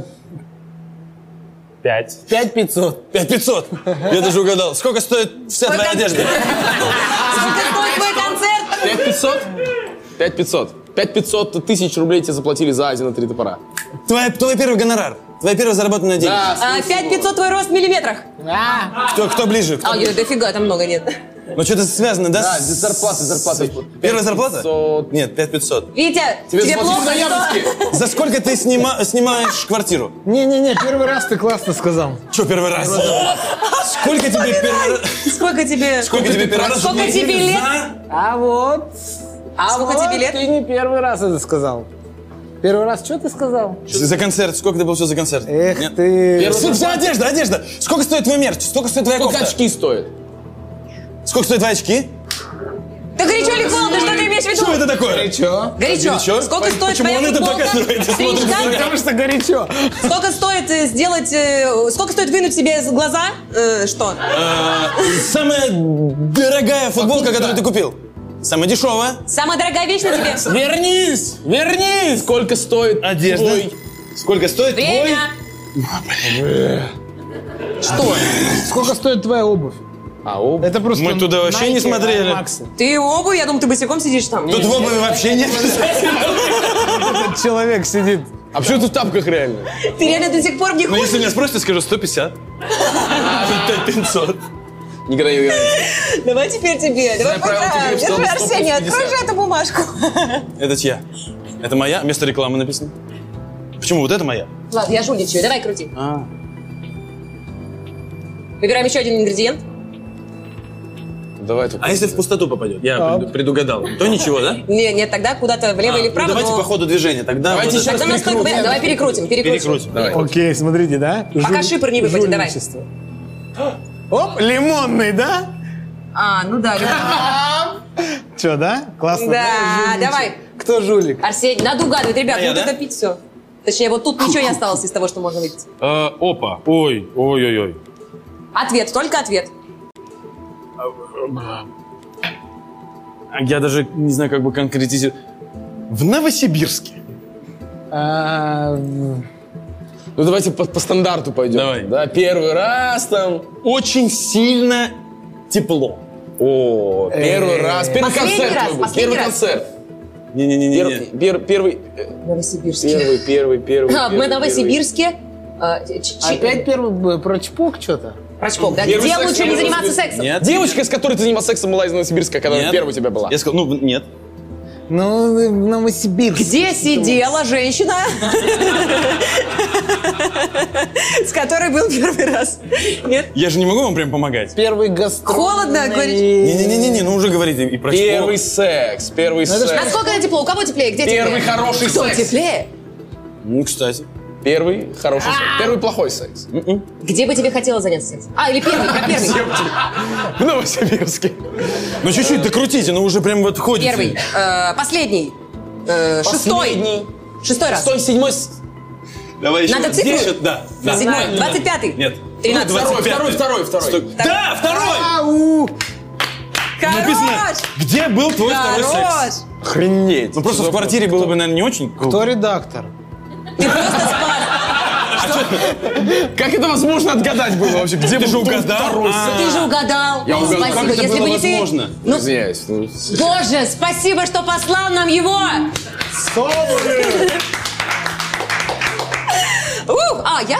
5500. 5500. Я даже угадал. Сколько стоит вся твоя одежда? Сколько стоит твой концерт? 5500? 5500. 5500 тысяч рублей тебе заплатили за один на 3 топора. Твой первый гонорар. Твоя первая заработанная деньги. 5500 твой рост в миллиметрах. Кто ближе? Кто? Дофига, там много нет. Ну что-то связано, да? Да, зарплата. Первая зарплата? 500. Нет, 5500. Витя, тебе заплатили плохо? за что? яблоки. За сколько ты снимаешь квартиру? Не-не-не, первый раз ты классно сказал. Что первый раз? Сколько тебе первый раз? Сколько тебе? Сколько тебе первый раз? Сколько заплатили тебе лет? за- А вот... Сколько тебе лет? Ты не первый раз это сказал. Первый раз что ты сказал? За концерт. Сколько ты получил за концерт? Эх Нет. ты... Вся одежда. Сколько стоит твой мерч? Сколько стоит твоя Сколько кофта? очки стоят? Сколько стоят твои очки? Да горячо или холодно, что ты имеешь в виду? Что это такое? Горячо. Горячо. Сколько стоит Почему твоя он это футболка? показывает? Стричка? Потому что горячо. Сколько стоит сделать... Сколько стоит вынуть себе из глаза? Что? Самая дорогая футболка, которую ты купил. Самая дешевая. Самая дорогая вещь на тебе? Вернись! Вернись! Сколько стоит Одежда. твой- Сколько стоит Время. Что? Сколько стоит твоя обувь? А, обувь? Это просто Мы туда вообще не Nike, смотрели. Air Max. Ты обувь? Я думаю, ты босиком сидишь там. Тут в обуви вообще нет. Этот человек сидит. А почему ты в тапках реально? Ты реально до сих пор не Ну, ходишь? если меня спросят, я скажу 150. 500. Никогда не уверен. Давай теперь тебе. Давай правила пока. тебе Держи, встал, Арсений, 150. открой же эту бумажку. Это чья? Это моя? Вместо рекламы написано. Почему? Вот это моя. Ладно, я жульничаю. Давай крути. Выбираем еще один ингредиент. Давай тут. А если в пустоту попадет? Я предугадал. То ничего, да? Нет, тогда куда-то влево или вправо. Давайте но- по ходу движения. Тогда Давайте вот еще это- Тогда настойка вариант. Давай перекрутим. перекрутим. Давай. Окей, смотрите, да? Пока шипр не выпадет, давай. Жульничество. Оп, лимонный, да? Ну да. Че, да? Классно. Да, Жульничать. давай. Кто жулик? Арсений, надо угадывать, ребят, я, вот да? это пить все. Точнее, вот тут ничего не осталось из того, что можно выпить. Опа. Ой-ой-ой. Ответ, только ответ. Я даже не знаю, как бы конкретизировать. В Новосибирске. Ну давайте по стандарту пойдем. Давай. Да, первый раз там. Очень сильно тепло. О, первый раз. Первый Последний концерт раз, твой был. последний Первый раз. концерт. Не-не-не. Первый. Новосибирске. Мы в Новосибирске. Опять первый про чпок что-то? Про чпок, да? Первый Где секс лучше в не заниматься Новосибирске. сексом? Нет. Девочка, с которой ты занимался сексом, была из Новосибирска, когда Нет. первая у тебя была. Я сказал, нет. Ну, в Новосибирске. Где сидела женщина, с которой был первый раз? Нет? Я же не могу вам прям помогать. Первый гастроль. Холодно, говоришь? Не-не-не, ну уже говорите и про Первый чпок. секс, первый секс. Насколько это тепло? У кого теплее? Где теплее? Первый хороший Кто секс. теплее? Ну, кстати. Первый хороший секс. Первый плохой секс. Где бы тебе хотелось заняться сексом? Или первый, про первый. В Новосибирске. Ну, чуть-чуть докрутите, ну уже прям вот входите. Первый. Последний. Шестой. Шестой раз. 107-й. Давай еще. Надо цифру? Здесь вот, да. 7-й. 25-й. Нет. 13-й. Второй. Да, второй! Написано, Хорош! где был твой второй секс? Хорош! Охренеть. Ну, просто в квартире было бы, наверное, не очень. Кто редактор? Ты просто спас. Как это возможно отгадать было вообще? Где Ты был же твой угадал. второй секс? Ты же угадал. Я угадал. Спасибо. Как это Если было бы не ты... возможно? Ну, Извиняюсь. Боже, спасибо, что послал нам его. Я?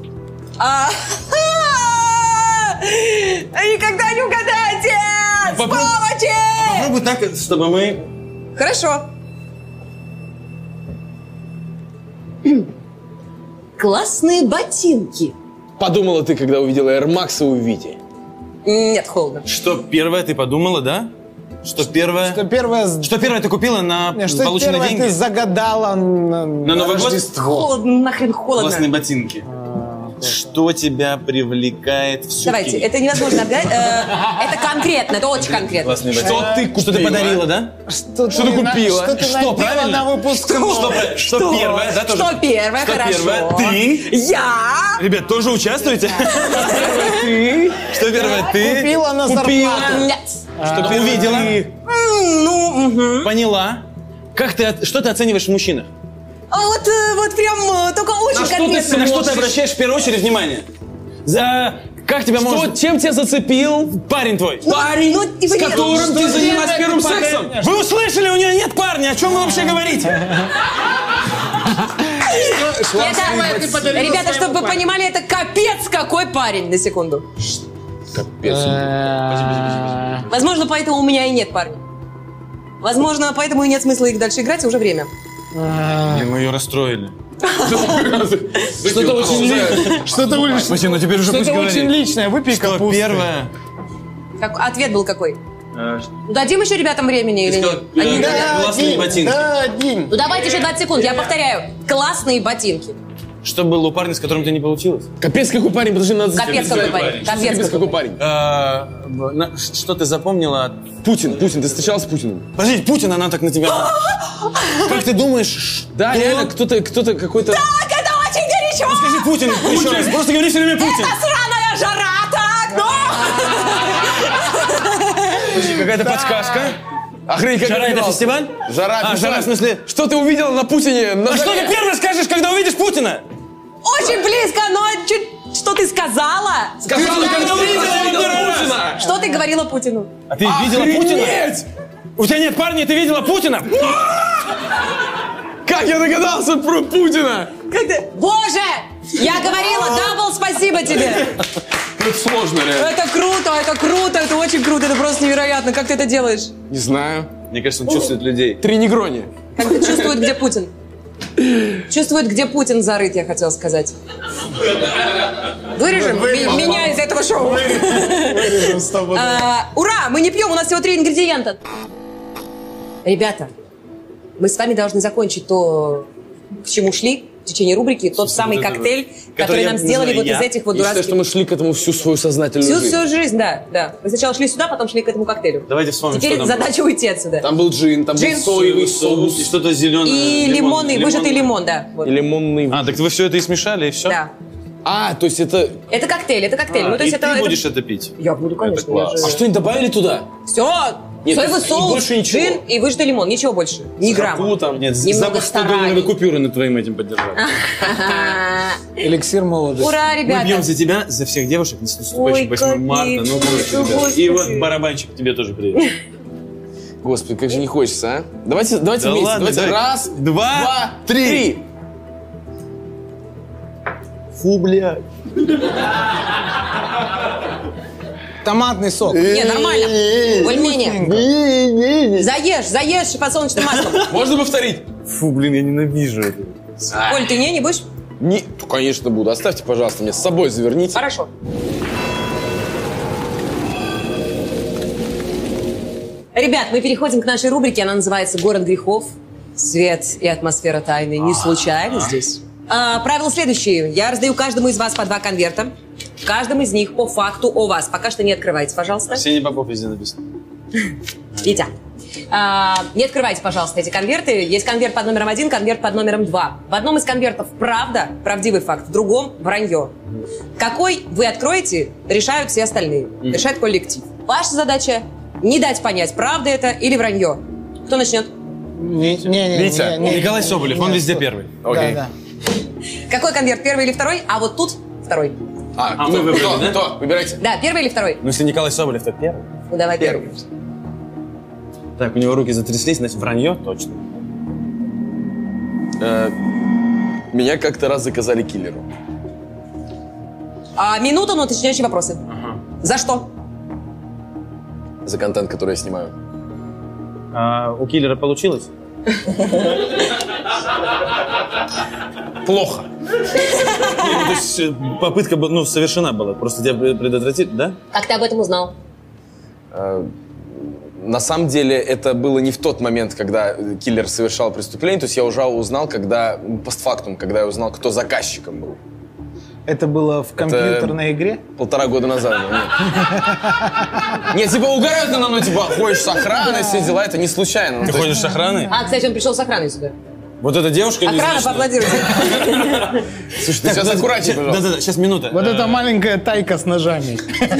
Никогда не угадаете! Сволочи! Попробуй так, чтобы мы... Хорошо. Классные ботинки. Подумала ты, когда увидела Air Max у Вити. Нет, холодно. Что первое ты подумала, да? Что первое... Что первое... Что первое ты купила на Что полученные первое деньги? ты загадала на Новый год? Рождество? Холодно, нахрен холодно. Классные ботинки. Что тебя привлекает в сутки? Давайте, это невозможно обгадать. Это конкретно, это очень конкретно. Классные ботинки. Что ты купила? Что ты подарила, да? Что ты купила? Что ты Что, надела правильно? на выпускном? Что первое, да? Тоже? Что первое, Что хорошо. первое? Ты? Я? Ребят, тоже участвуете? Ты? Что первое? Ты? Купила на зарплату. Нет. Что ты увидела? Ну, Поняла? Что ты оцениваешь в мужчинах? вот прям только очень конкретно. На что ты обращаешь в первую очередь внимание? Как тебя может... Чем тебя зацепил? Парень твой. Парень, ну, типа, с которым ты занималась первым сексом? Вы услышали? У нее нет парня. О чем вы вообще говорите? Ребята, чтобы вы понимали, это капец какой парень, на секунду. Возможно, поэтому у меня и нет парня. Возможно, поэтому и нет смысла их дальше играть, и уже время. Мы ее расстроили. Что-то очень личное. Слушай, ну теперь уже пусть Что-то очень говорит. личное. Выпей Что капусты. первое? Ответ был какой? Дадим еще ребятам времени или нет? Они не дадут. Классные ботинки. Да, Дим. Ну давайте еще 20 секунд, я повторяю. Классные ботинки. Что было у парня, с которым ты не получилось? Капец, какой парень, подожди, надо... Капец, какой парень. Капец, какой парень. Что ты запомнила? Путин, ты встречался с Путиным? Подожди, Путин, она так на тебя... Как ты думаешь? Да, реально, кто-то какой-то... Так, это очень горячо! Скажи Путин еще раз, просто говори все время Путин. Это сраная жара, так, Какая-то подсказка. Охренеть, как Жара я это понимал. фестиваль? Жара, А, фестиваль. жара в смысле? Что ты увидел на Путине? А что ты первый скажешь, когда увидишь Путина? Очень близко, но чуть... Что ты сказала? Сказала, когда увидела Путина! Что ты говорила Путину? А ты видела Путина? У тебя нет парня, ты видела Путина? Как я догадался про Путина? Как ты... Боже! Я говорила, дабл, спасибо тебе! Это сложно, реально. Это очень круто, это просто невероятно. Как ты это делаешь? Не знаю. Мне кажется, он чувствует людей. Три негрони. Как ты чувствует, где Путин? Чувствует, где Путин зарыт, я хотела сказать. Вырежем меня из этого шоу. Вырежем с тобой. Ура, мы не пьем, у нас всего 3 ингредиента. Ребята, мы с вами должны закончить то, к чему шли в течение рубрики, тот самый коктейль, который нам сделали вот из этих вот Я считаю, что дурацких... мы шли к этому всю свою сознательную жизнь. Всю жизнь, да. Мы сначала шли сюда, потом шли к этому коктейлю. Давайте вспомним, Теперь что там задача уйти отсюда. Там был джин, там Джин, был соевый соус. и что-то зеленое. И лимонный, выжатый лимон, да. Вот. И лимонный. А, так вы все это и смешали, и все? Да. А, то есть это... Это коктейль. Ну, то и есть ты будешь это пить? Я буду, конечно. класс. А что-нибудь добавили туда? Все. Нет, Соевый и соус, больше ничего. джин и выжатый лимон. Ничего больше. Ни грамма. Там нет, Немного запах 100 стараний. долларовой купюры над твоим этим поддержал. Эликсир молодости. Ура, Мы ребята. бьем за тебя, за всех девушек, с наступающим Ой, 8 марта. Ну, капец, короче, ребят. господи. И вот барабанчик тебе тоже привет. Господи, как же не хочется, а? Давайте Да вместе. ладно, Давайте давай. раз, Два, три. Фу, блядь. Томатный сок. Не, нормально. Более-менее. Заешь подсолнечным маслом. Можно повторить? Фу, блин, я ненавижу это. Коль, ты не будешь? Не, ну, конечно, буду. Оставьте, пожалуйста, мне с собой заверните. Хорошо. Ребят, мы переходим к нашей рубрике. Она называется «Город грехов». Свет и атмосфера тайны не случайно здесь. Правила следующие. Я раздаю каждому из вас по 2 конверта. В каждом из них по факту о вас. Пока что не открывайте, пожалуйста. Арсений Попов везде написано. Витя. Не открывайте, пожалуйста, эти конверты. Есть конверт под номером 1, конверт под номером 2. В одном из конвертов правда, правдивый факт, в другом вранье. Какой вы откроете, решают все остальные. Решает коллектив. Ваша задача не дать понять, правда это или вранье. Кто начнет? Витя, Николай Соболев, он везде первый. Окей. Да. Какой конверт, первый или второй? А вот тут второй. А мы выбрали, да? Кто? Выбирайте. Да, первый или второй? Ну, если Николай Соболев, то первый. Ну, давай первый. Так, у него руки затряслись, значит, вранье точно. Меня как-то раз заказали киллеру. Минута на уточняющие вопросы. За что? За контент, который я снимаю. А у киллера получилось? Плохо. Нет, то есть попытка совершена была. Просто тебя предотвратили, да? Как ты об этом узнал? На самом деле, это было не в тот момент, когда киллер совершал преступление. То есть я уже узнал, когда постфактум, когда я узнал, кто заказчиком был. Это было в компьютерной игре? 1,5 года назад. Нет, типа угорают надо мной, типа ходишь с охраной, все дела, это не случайно. Ты ходишь с охраной? Кстати, он пришел с охраной сюда. Вот эта девушка Охрана, неизвестная. Слушай, поаплодируйте. ты сейчас аккуратнее, пожалуйста. Да-да-да, сейчас минута. Вот это маленькая тайка с ножами.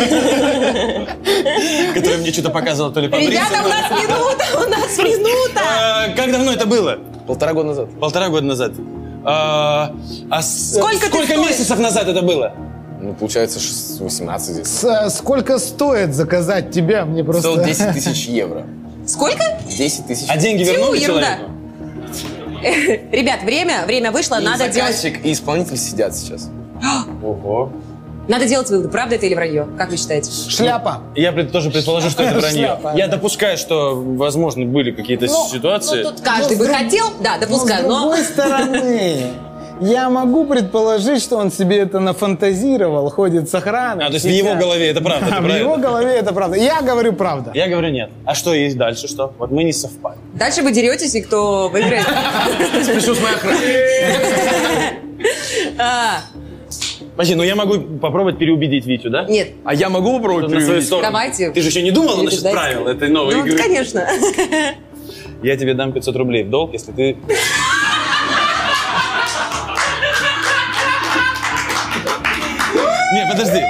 Которая мне что-то показывала, то ли побриться. Ребята, у нас минута! Как давно это было? 1,5 года назад. 1,5 года назад. Сколько ты стоишь? месяцев назад это было? Ну, получается, 18 здесь. Сколько стоит заказать тебя? Мне Стоил просто... 10 тысяч евро. Сколько? 10 тысяч. А деньги Тю, вернули ерунда. человеку? Ребят, время вышло, И надо делать... заказчик, и исполнитель сидят сейчас. Ого. Надо делать выводы, правда это или вранье? Как вы считаете? Шляпа. Я тоже предположу, что это вранье. Шляпа, Я да. допускаю, что, возможно, были какие-то ситуации. Тут каждый бы хотел, да, Но допускаю, с другой стороны, я могу предположить, что он себе это нафантазировал, ходит с охраной. То есть в его голове это правда, это В его правильно? голове это правда. Я говорю правда. Я говорю нет. А что есть дальше, что? Вот мы не совпали. Дальше вы деретесь, и кто выиграет. Спешу с моей охраной. Подожди, ну я могу попробовать переубедить Витю, да? Нет. А я могу попробовать На свою переубедить? сторону. Давайте. Ты же еще не думала насчет Дайте. правил этой новой Ну, игры? конечно. Я тебе дам 500 рублей в долг, если ты... Не, подожди.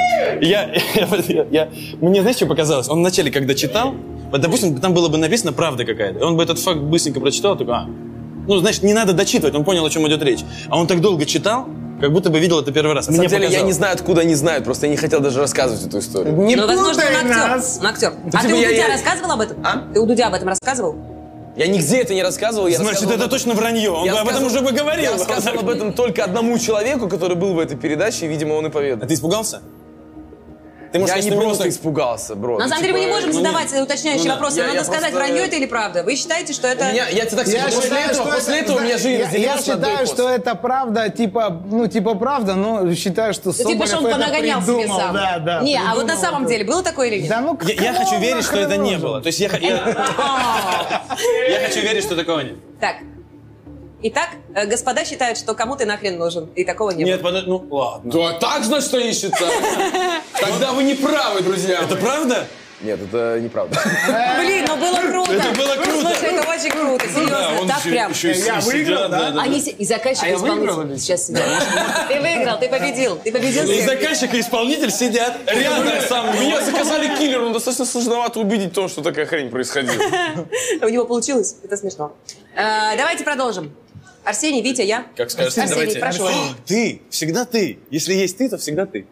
Мне, знаешь, что показалось? Он вначале, когда читал, вот, допустим, там было бы написано правда какая-то, он бы этот факт быстренько прочитал, такой, ну, знаешь, не надо дочитывать, он понял, о чем идет речь. А он так долго читал, как будто бы видел это первый раз. На самом деле, я не знаю, откуда они знают, просто я не хотел даже рассказывать эту историю. Не Ну, возможно, путай он актер. нас. Он актер. А типа ты у я- Дудя я- рассказывал об этом? А? Ты у Дудя об этом рассказывал? Я нигде это не рассказывал. Я Значит, рассказывал это об этом- точно вранье, он Я бы об этом рассказывал- уже бы говорил. Я рассказывал об этом только одному человеку, который был в этой передаче, и, видимо, он и А поведал. ты испугался? Ты, может, Я не конечно, просто просто- испугался, бро. На Ну, самом деле мы не типа, можем задавать уточняющие да. вопросы. Я Надо сказать, просто- вранье это или правда. Вы считаете, что это... Я тебе так скажу, после этого у меня жизнь я разделилась на до и считаю, после. что это правда, типа правда, но считаю, что Типа, Соболев что он это понагонял себе придумал. сам. Да, Не, а вот на придумал самом это. деле было такое или нет? Да ну Я хочу кому верить, что это нахрен не нужен? было. То есть я хочу верить, что такого нет. Так. Итак, господа считают, что кому ты нахрен нужен. И такого не Нет, было. подожди, ну ладно. Да, так, значит, что они считают. Тогда вы не правы, друзья. Это правда? Нет, это неправда. Блин, ну было круто. Это было круто. Слушай, это очень круто. Серьезно, так прям. Я выиграл, да? Они и заказчик, и исполнитель сейчас сидят. Ты выиграл, ты победил. Ты победил И всех. заказчик, и исполнитель сидят рядом со мной. Меня заказали киллеру, но достаточно сложновато убедить в том, что такая хрень происходила. У него получилось? Это смешно. Давайте продолжим. Арсений, Витя, я. Как скажешь, Арсений, давайте. прошу. Ты, всегда ты. Если есть ты, то всегда ты.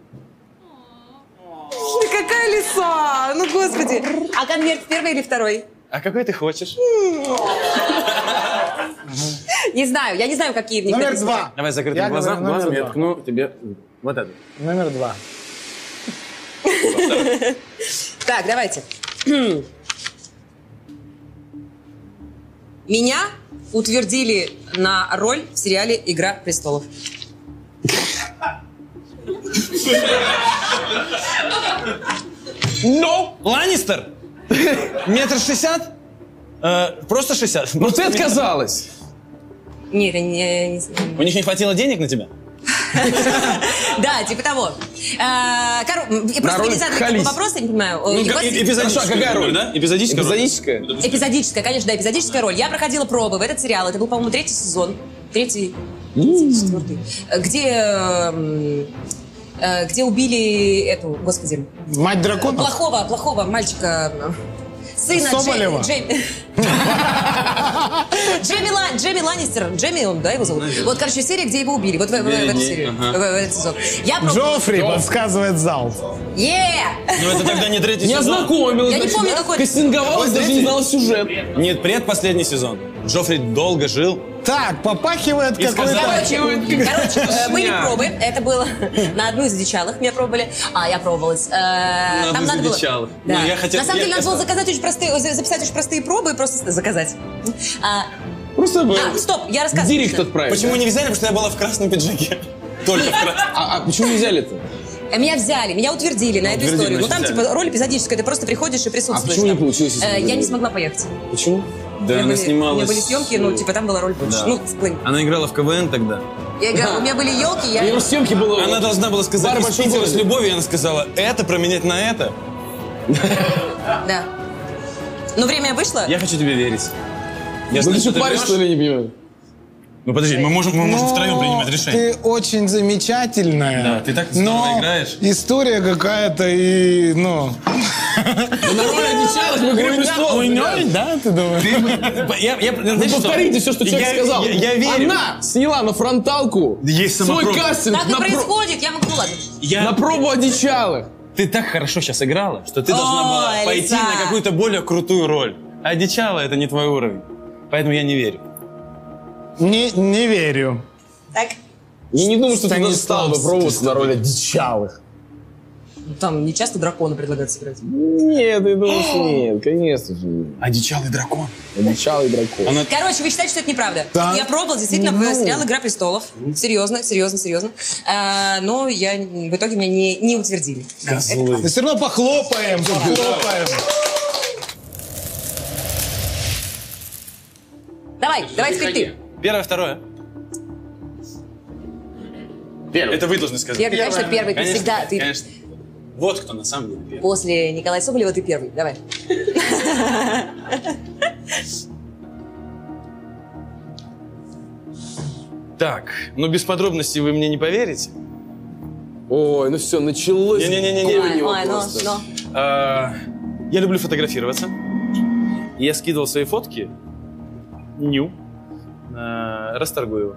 Ты какая лиса! Ну, господи. А конверт первый или второй? А какой ты хочешь? Не знаю, я не знаю, какие в них Номер написаны. 2. Давай закрытым Я глазом говорю, номер я два. ткну тебе вот это. Номер 2. Так, давайте. Меня утвердили на роль в сериале «Игра престолов». No! Ланнистер? 1,60 м? Просто 60? Но ты отказалась. Нет, я не... У них не хватило денег на тебя? Да, типа того. Просто роль вы не задали такой Халис. вопрос, я не понимаю. Ну, У вас- эпизодическая Хорошо, а какая роль? да? Эпизодическая роль. Эпизодическая? Эпизодическая, конечно, да, эпизодическая роль. Я проходила пробы в этот сериал. Это был, по-моему, 3-й сезон. 3-й, 4-й. Где убили эту, господи, Мать дракона? плохого мальчика, сына Соболева? Джейми Ланнистер. Джейми, он, да, его зовут? Вот, короче, серия, где его убили. Вот в эту серию, в этот сезон. Я пробовала. Джоффри подсказывает зал. Ну это тогда не третий Не сезон. ознакомилась. Я не значит, помню, да? какой это. Кастинговалась, даже не знала сюжет. Нет, предпоследний сезон. Джоффри долго жил. Так, попахивает И какой-то... Короче, были пробы. Это было на одну из одичалых меня пробовали. Я пробовалась. Там одну из надо было... одичалых. Да. Ну, я хотел- На самом деле, я- надо было записать очень простые пробы и просто заказать. Просто Стоп, я рассказываю. директ отправить. Почему не взяли? Потому что я была в красном пиджаке. Только в красном. А почему не взяли-то? Меня взяли, меня утвердили на эту Утвердили, историю. Ну значит, там, взяли. типа, роль эпизодическая, ты просто приходишь и присутствуешь. А почему не там. получилось, если Я не не смогла поехать. Почему? Да, она У меня снималась. были съемки, ну, типа, там была роль больше. Да. Ну, всплынь. Она играла в КВН тогда. Я играла, у меня были елки, я... Его съемки было... Она должна была сказать Бар в «Из большом Питера с городе». любовью», и она сказала «это променять на это». Да. Но время вышло. Я хочу тебе верить. Я Ну знаю, ты что, ты паришь, врешь. что ли, не понимаю? Ну подожди, мы можем втроем принимать решение. Ты очень замечательная. Да, ты так здорово но играешь. история какая-то и, ну... На роль одичалых в «Игре престолов». Уйнёй, да, ты думаешь? Знаешь что? Повторите все, что человек сказал. Я верю. Она сняла на фронталку Есть свой самопроба. кастинг Так и происходит, я могу, ладно. на пробу одичалых. Ты так хорошо сейчас играла, что ты должна была Ой, пойти Лиса. на какую-то более крутую роль. А одичала — это не твой уровень. Поэтому я не верю. Не верю. Так. Я не думаю, что ты даже Станислав, стала бы пробоваться на роль одичалых. Там не часто дракона предлагают сыграть. Нет, я думаю, что нет, конечно же. Одичалый дракон. Одичалый дракон. Она... Короче, вы считаете, что это неправда? Да. Я пробовала действительно в сериал «Игра престолов». Серьезно. Но я в итоге меня не утвердили. Козлы. Но все равно похлопаем. Давай теперь ты. Первое, второе. Первый. Это вы должны сказать. Первый, конечно, первый. Ты Конечно, всегда... Ты... конечно. Вот кто на самом деле первый. После Николая Соболева ты первый. Давай. Так, ну без подробностей вы мне не поверите. Ой, ну все, началось. Не-не-не-не. Ой, ну. Я люблю фотографироваться. И я скидывал свои фотки Ню Расторгуеву.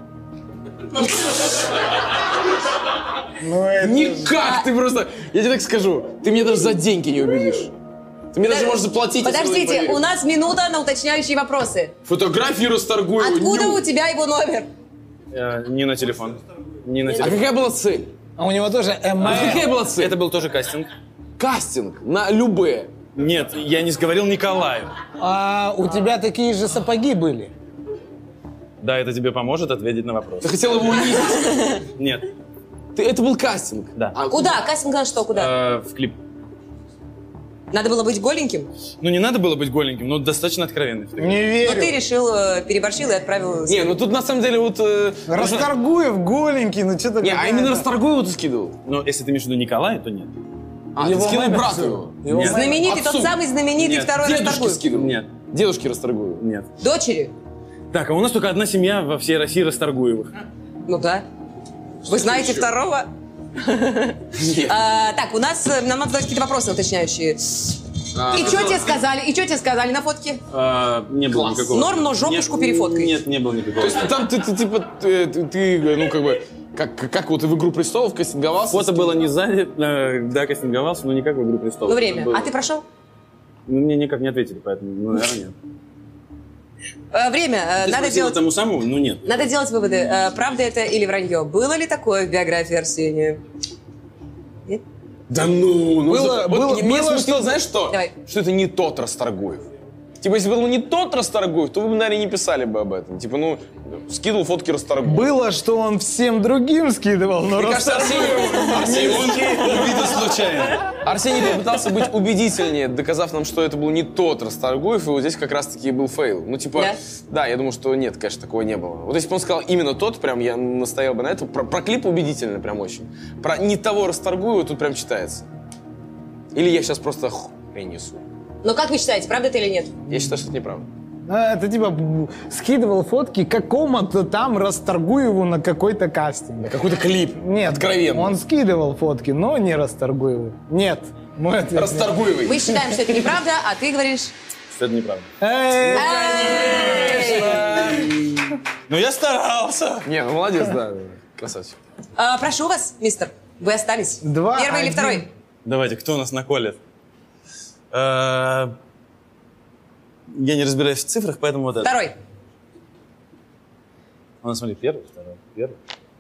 Никак ты просто... Я тебе так скажу, ты мне даже за деньги не убедишь. Ты мне даже можешь заплатить. если Подождите, не поверишь. у нас минута на уточняющие вопросы. Фотографии Расторгуева. Откуда Ню. у тебя его номер? Не на телефон. Не на А телефон. какая была цель? А у него тоже Какая была цель? Это был тоже кастинг. Кастинг на любые. Нет, я не говорил Николаю. А у тебя такие же сапоги были? Да, это тебе поможет ответить на вопрос. Ты хотел его унизить. Нет. Это был кастинг. Да. Куда? Кастинг на что? Куда? В клип. Надо было быть голеньким? Ну, не надо было быть голеньким, но достаточно откровенный. Не Но верю. ты решил, переборщил и отправил... Не, ну тут на самом деле вот... Расторгуев голенький, ну что такое? Не, а именно Расторгуеву ты скидывал? Но если ты имеешь в виду Николая, то нет. А, ты скинул брату его? Нет. Знаменитый, Отцу. тот самый знаменитый Нет. второй Дедушке Расторгуев. скидывал? Нет. Дедушке Расторгуеву? Нет. Дочери? Так, а у нас только одна семья во всей России Расторгуевых. Ну да. Вы знаете второго? Так, у нас... Нам надо задать какие-то вопросы уточняющие. И что тебе сказали? И что тебе сказали на фотке? Не было никакого. Норм, но жопушку перефоткай. Нет, не было никакого. То есть там ты типа, ты, ну как бы, как вот в «Игру престолов» кастинговался? Фото было не сзади, да, кастинговался, но никак в «Игру престолов». Ну, время. Было. А ты прошел? Ну, мне никак не ответили, поэтому, ну, наверное, нет. Время. Ты Надо спросила делать... тому самому? Ну, нет. Надо делать выводы. Правда это или вранье? Было ли такое в биографии Арсения? Нет? Да ну, Было- меня было, смутило, знаешь что? Давай. Что это не тот Расторгуев. Типа, если бы был не тот Расторгуев, то вы бы, наверное, не писали бы об этом. Типа, ну, скидывал фотки Расторгуева. Было, что он всем другим скидывал, но Мне кажется, Арсений Увидел случайно. Арсений попытался быть убедительнее, доказав нам, что это был не тот Расторгуев, и вот здесь как раз-таки был фейл. Ну, типа, Да? да, я думаю, что нет, конечно, такого не было. Вот если бы он сказал именно тот, прям я настоял бы на этом. Про клип убедительно прям очень. Про не того Расторгуева тут прям читается. Или я сейчас просто принесу. Но как вы считаете, правда это или нет? Я считаю, что это неправда. это типа скидывал фотки какому-то там Расторгуеву на какой-то кастинг. Какой-то клип. Нет, Откровенно. он скидывал фотки, но не Расторгуеву. Нет. Мой ответ нет. Расторгуевый. Мы считаем, что это неправда, а ты говоришь... Что это неправда. Эй! Ну, я старался. Не, ну молодец, да. Красавчик. Прошу вас, мистер, вы остались. 2-1. Первый или второй? Давайте, кто у нас наколет? Я не разбираюсь в цифрах, поэтому вот это. Второй. Ну, смотри, первый, второй, первый.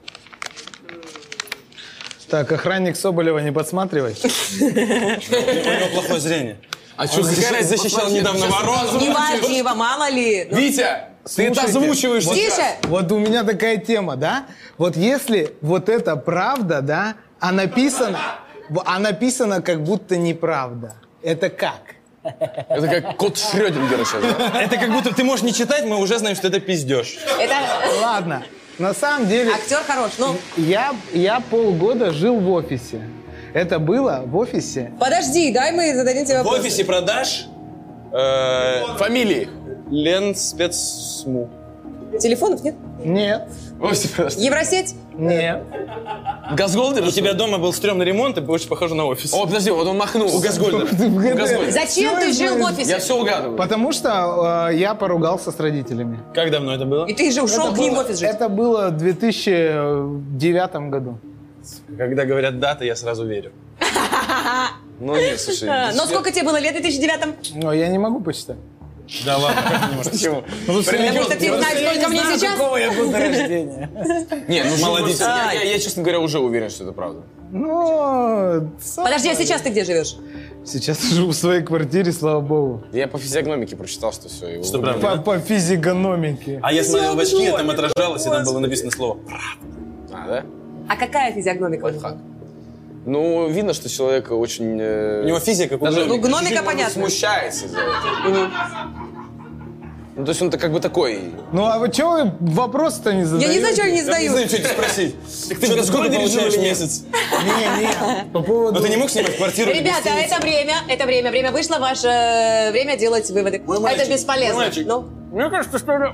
Так, охранник Соболева, не подсматривай. У него плохое зрение. А что, защищал недавно ворон. Неважно, мало ли. Ну, Витя, ты это Слушайте, озвучиваешь вот- сейчас. Тише! Вот у меня такая тема, да? Вот если вот это правда, да, а написано как будто неправда. Это как? Это как кот Шрёдингера сейчас, да? Это как будто ты можешь не читать, мы уже знаем, что это пиздеж. Это Ладно, на самом деле актер хорош. Ну, я полгода жил в офисе. Это было в офисе. подожди, дай мы зададим тебе В вопрос. офисе продаж Фамилии. Ленспецсму. Телефонов нет? Нет, В офисе продаж. Евросеть? нет. Газгольдер? У тебя дома был стрёмный ремонт, и больше похоже на офис. О, подожди, вот он махнул. У Газгольдера. Зачем ты жил в офисе? Я все угадываю. Потому что я поругался с родителями. Как давно это было? И ты же ушел к ним в офис жить. Это было в 2009 году. Когда говорят даты, я сразу верю. Ну нет, слушай. Но сколько тебе было лет в 2009-м? Но я не могу посчитать. Да ладно, как ты не можешь? Почему? Потому что ты знаешь, сколько мне сейчас? Какого я года рождения. Не, ну Молодец. я, честно говоря, уже уверен, что это правда. Ну, Подожди, а сейчас ты где живешь? сейчас живу в своей квартире, слава богу. Я по физиогномике прочитал, что все. Его Что выбрали. правда? По физиогномике. А я смотрел в очки, и там отражалось, и там было написано слово. А, да? А какая физиогномика? Лайфхак. Ну, видно, что человек очень... У него физика, как у даже гномика. Ну, гномика чуть-чуть, может, понятно. смущается из-за этого. Ну, то есть он-то как бы такой... Ну, а вы что вы вопрос-то не задаете? Я не знаю, что я не Не задаю. знаю, что тебе спросить. Так ты Что, сколько ты получаешь в или нет? месяц? Не, по поводу... Но ты не мог снимать квартиру? Ребята, это время вышло, ваше время делать выводы. мальчик, Это бесполезно. мой мальчик. Ну, Мне кажется, что это...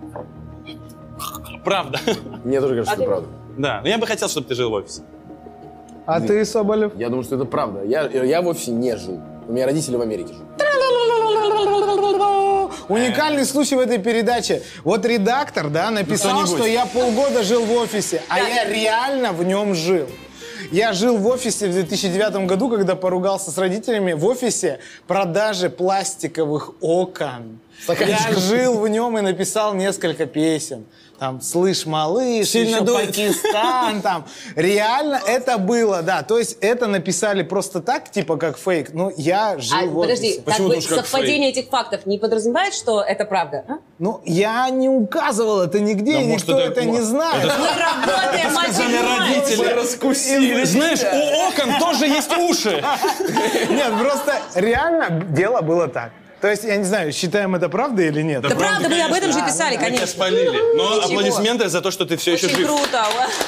Правда. Мне тоже кажется, что это правда. Да, но я бы хотел, чтобы ты жил в офисе. А ты, Соболев? Я думаю, что это правда. Я в офисе не жил. У меня родители в Америке живут. Уникальный случай в этой передаче. Вот редактор, да, написал, что я полгода жил в офисе, а я реально в нем жил. Я жил в офисе в 2009 году, когда поругался с родителями. В офисе продажи пластиковых окон. Я жил в нем и написал несколько песен. Там «Слышь, малыш», Сильно еще дует. «Пакистан», там. Реально это было, да. То есть это написали просто так, типа как фейк. Ну, я жил в офисе. подожди, как Почему бы ты уж как совпадение этих фактов не подразумевает, что это правда? А? Ну, я не указывал это нигде, Да, и может, никто это- это не знает. Мы работаем, Родители раскусили. Знаешь, у окон тоже есть уши. Нет, просто реально дело было так. То есть, я не знаю, считаем это правдой или нет. Да правда, мы об этом же писали, Мы тебя конечно. спалили. Но Ничего. аплодисменты за то, что ты все еще Очень жив. круто.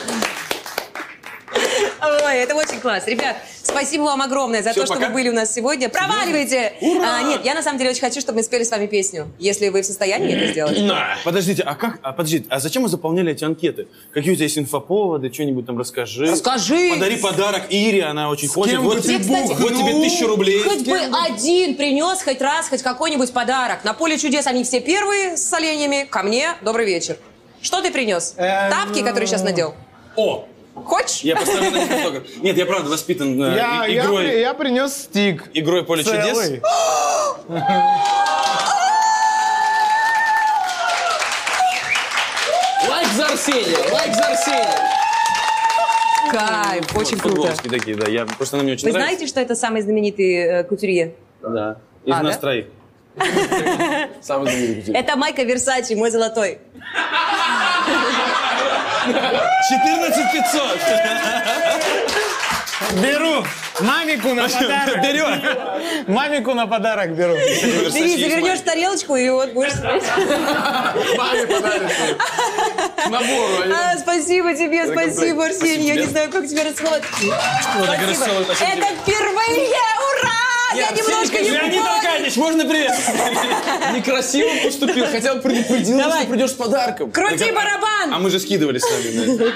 Ой, это очень класс. Ребят, спасибо вам огромное за Всё, то, что пока. вы были у нас сегодня. Проваливайте! Нет, я на самом деле очень хочу, чтобы мы спели с вами песню, если вы в состоянии это сделать. Подождите, а зачем вы заполняли эти анкеты? Какие у тебя есть инфоповоды, что-нибудь там расскажи. Расскажи. Подари подарок Ире, она очень хочет. кем Вот, бы ты тебе- был? вот тебе 1000 рублей. Хоть бы один принес хоть раз, хоть какой-нибудь подарок. На поле чудес они все первые с оленями. Ко мне добрый вечер. Что ты принес? Тапки, которые сейчас надел? О, Хочешь? я поставлю на них автограф. Нет, я правда воспитан игрой. Я принес стик. Игрой «Поле чудес». Целый. Лайк за Арсения! Лайк за Арсения! Кайф, очень круто. Футболки такие, да. Я просто она мне очень Вы нравится. знаете, что это самый знаменитый кутюрье? Да. Из А, нас да? троих. Самый знаменитый. Это Майка Версачи, мой золотой. 14 500. Беру. Мамику на подарок. Берет. Мамику на подарок беру. Бери, завернешь в тарелочку и вот будешь смотреть. Набору. Спасибо тебе, спасибо, Арсений. Я не знаю, как тебя расцеловать. рассылают на Это впервые! Ура! Я немножко не Леонид понял. Аркадьевич, можно привет? Некрасиво поступил, хотя бы предупредил, Давай. что придешь с подарком. Крути А барабан! мы же скидывались с вами.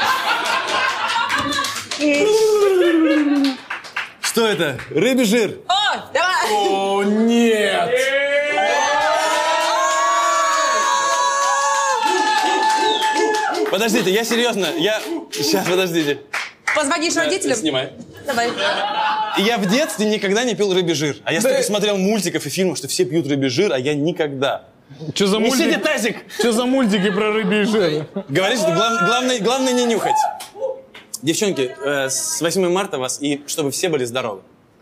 Что это? Рыбий жир. О, давай! О, нет! Подождите, я серьезно. Сейчас, подождите. Позвонишь родителям? Снимай. Давай. Я в детстве никогда не пил рыбий жир. А я столько смотрел мультиков и фильмов, что все пьют рыбий жир, а я никогда. Что за Несите мультик? тазик! Что за мультики про рыбий жир? Говорит, что главное не нюхать. Девчонки, с 8 марта вас, и чтобы все были здоровы.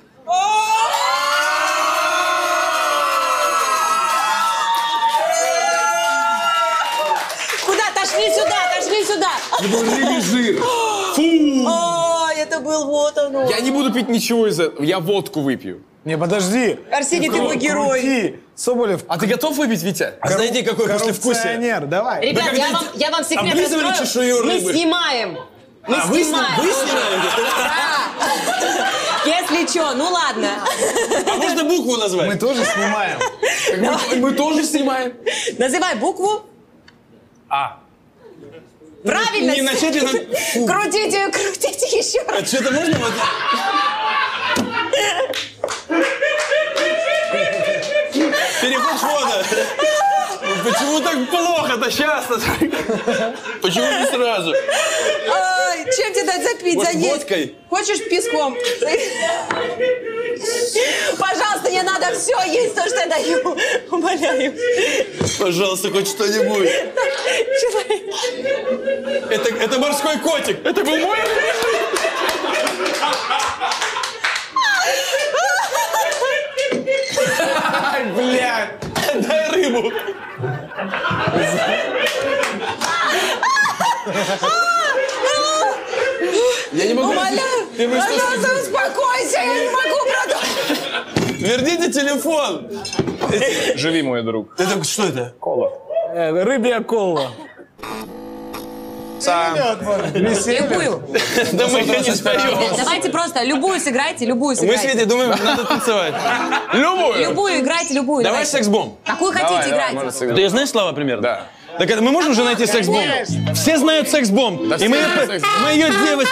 Куда? Тошли сюда, тошли сюда! Рыбий жир. О, это был вот оно. Я не буду пить ничего из этого. Я водку выпью. Не, подожди. Арсений, ты мой герой. Крути. Соболев, А ты готов выпить, Витя? А знаете, какое послевкусие? коррупционер, давай. Ребят, когда я вам секрет облизывали раскрою. чешую Мы рыбы? снимаем. Мы Вы снимаем. снимаете? Если что, ну ладно. А можно букву Мы назвать? тоже снимаем. Мы тоже снимаем. Называй букву. А. Правильно. Не начать ли нам... Крутите, крутите еще раз. А что-то можно вот... Переход входа. Почему так плохо-то часто? Почему не сразу? Ай, чем тебе дать запить, Может, заесть? водкой? Хочешь песком? Пожалуйста, не надо все есть, то, что я даю. Умоляю. Пожалуйста, хоть что-нибудь. Человек. Это морской котик. Это был мой? Ай, блядь. Дай рыбу. Я не могу... Умоляю. Ты бы что Пожалуйста, успокойся, я не могу продолжить. Верните телефон. Живи, мой друг. Это что это? Кола. Рыбья кола. Любую. Да мы ее не споем. Давайте просто любую сыграйте, любую Мы с сыграйте. Витей думаем, надо танцевать. Любую. Любую играйте, любую. Давай давайте. секс-бомб. Какую хотите, играйте. Ты знаешь слова примерно? Да. Так это мы можем уже найти секс-бомб? Все знают секс-бомб. И мы ее делать...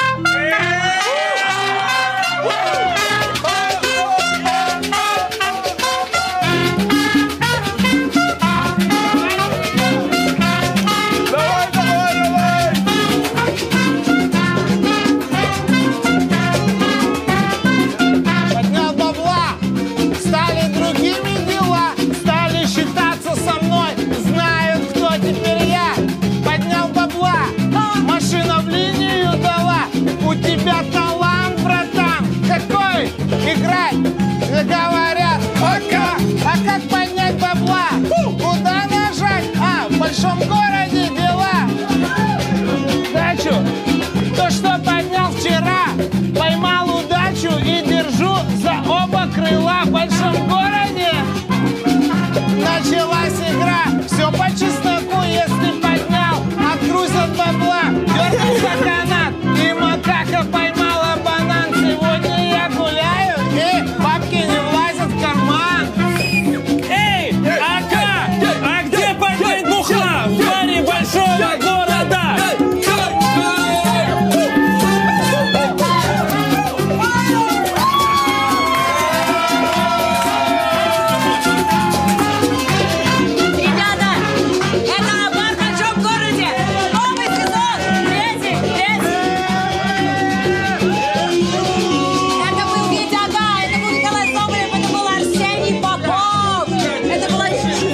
Поднял бабла, стали другими дела, стали считаться со мной, знают, кто теперь я. Поднял бабла, машина в линию дала, у тебя талант, братан, какой? Играй, говорят, а как поднять бабла? Куда нажать? В большом городе дела. Дачу, то, что поднял вчера, поймал удачу и держу за оба крыла в большом городе. Началась игра, все по чесноку, если поднял, отгрузят бабла, дернулся канат, и макака поймала банан. Сегодня я гуляю, и бабки не влазят в карман. Эй, а где поднять бухла в баре большого города? Ребята, это бар в большом городе. Новый сезон. Третий. Это был Витя Ага, это был Николай Соболев, это был Арсений Попов. Это была...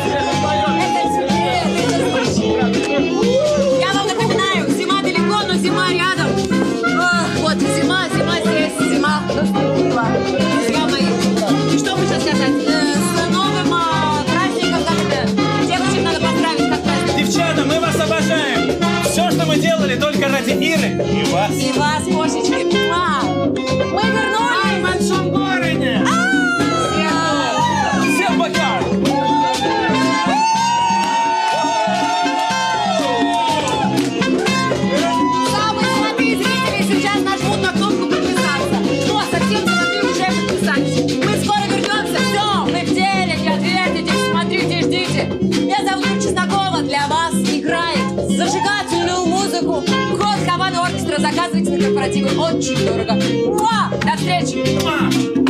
Я вам напоминаю, зима далеко, но зима рядом. Вот, зима здесь, зима наступила. Друзья мои, что мы сейчас сказать? С новым праздником, как это? Девочек надо поздравить, как праздник. Девчата, мы вас обожаем. Все, что мы делали, только ради Иры и вас. И вас, кошечки. Мы вернулись. В большом городе. Всем пока. Самые золотые зрители сейчас нажмут на кнопку подписаться. Но совсем золотые уже подписались. Мы скоро вернемся. Все, мы в деле. Не отвертитесь, смотрите, ждите. Меня зовут Юлия Чеснокова. Для вас играет зажигательную музыку Хот Хавана Оркестра. Заказывайте на корпоративы. Очень дорого. До встречи.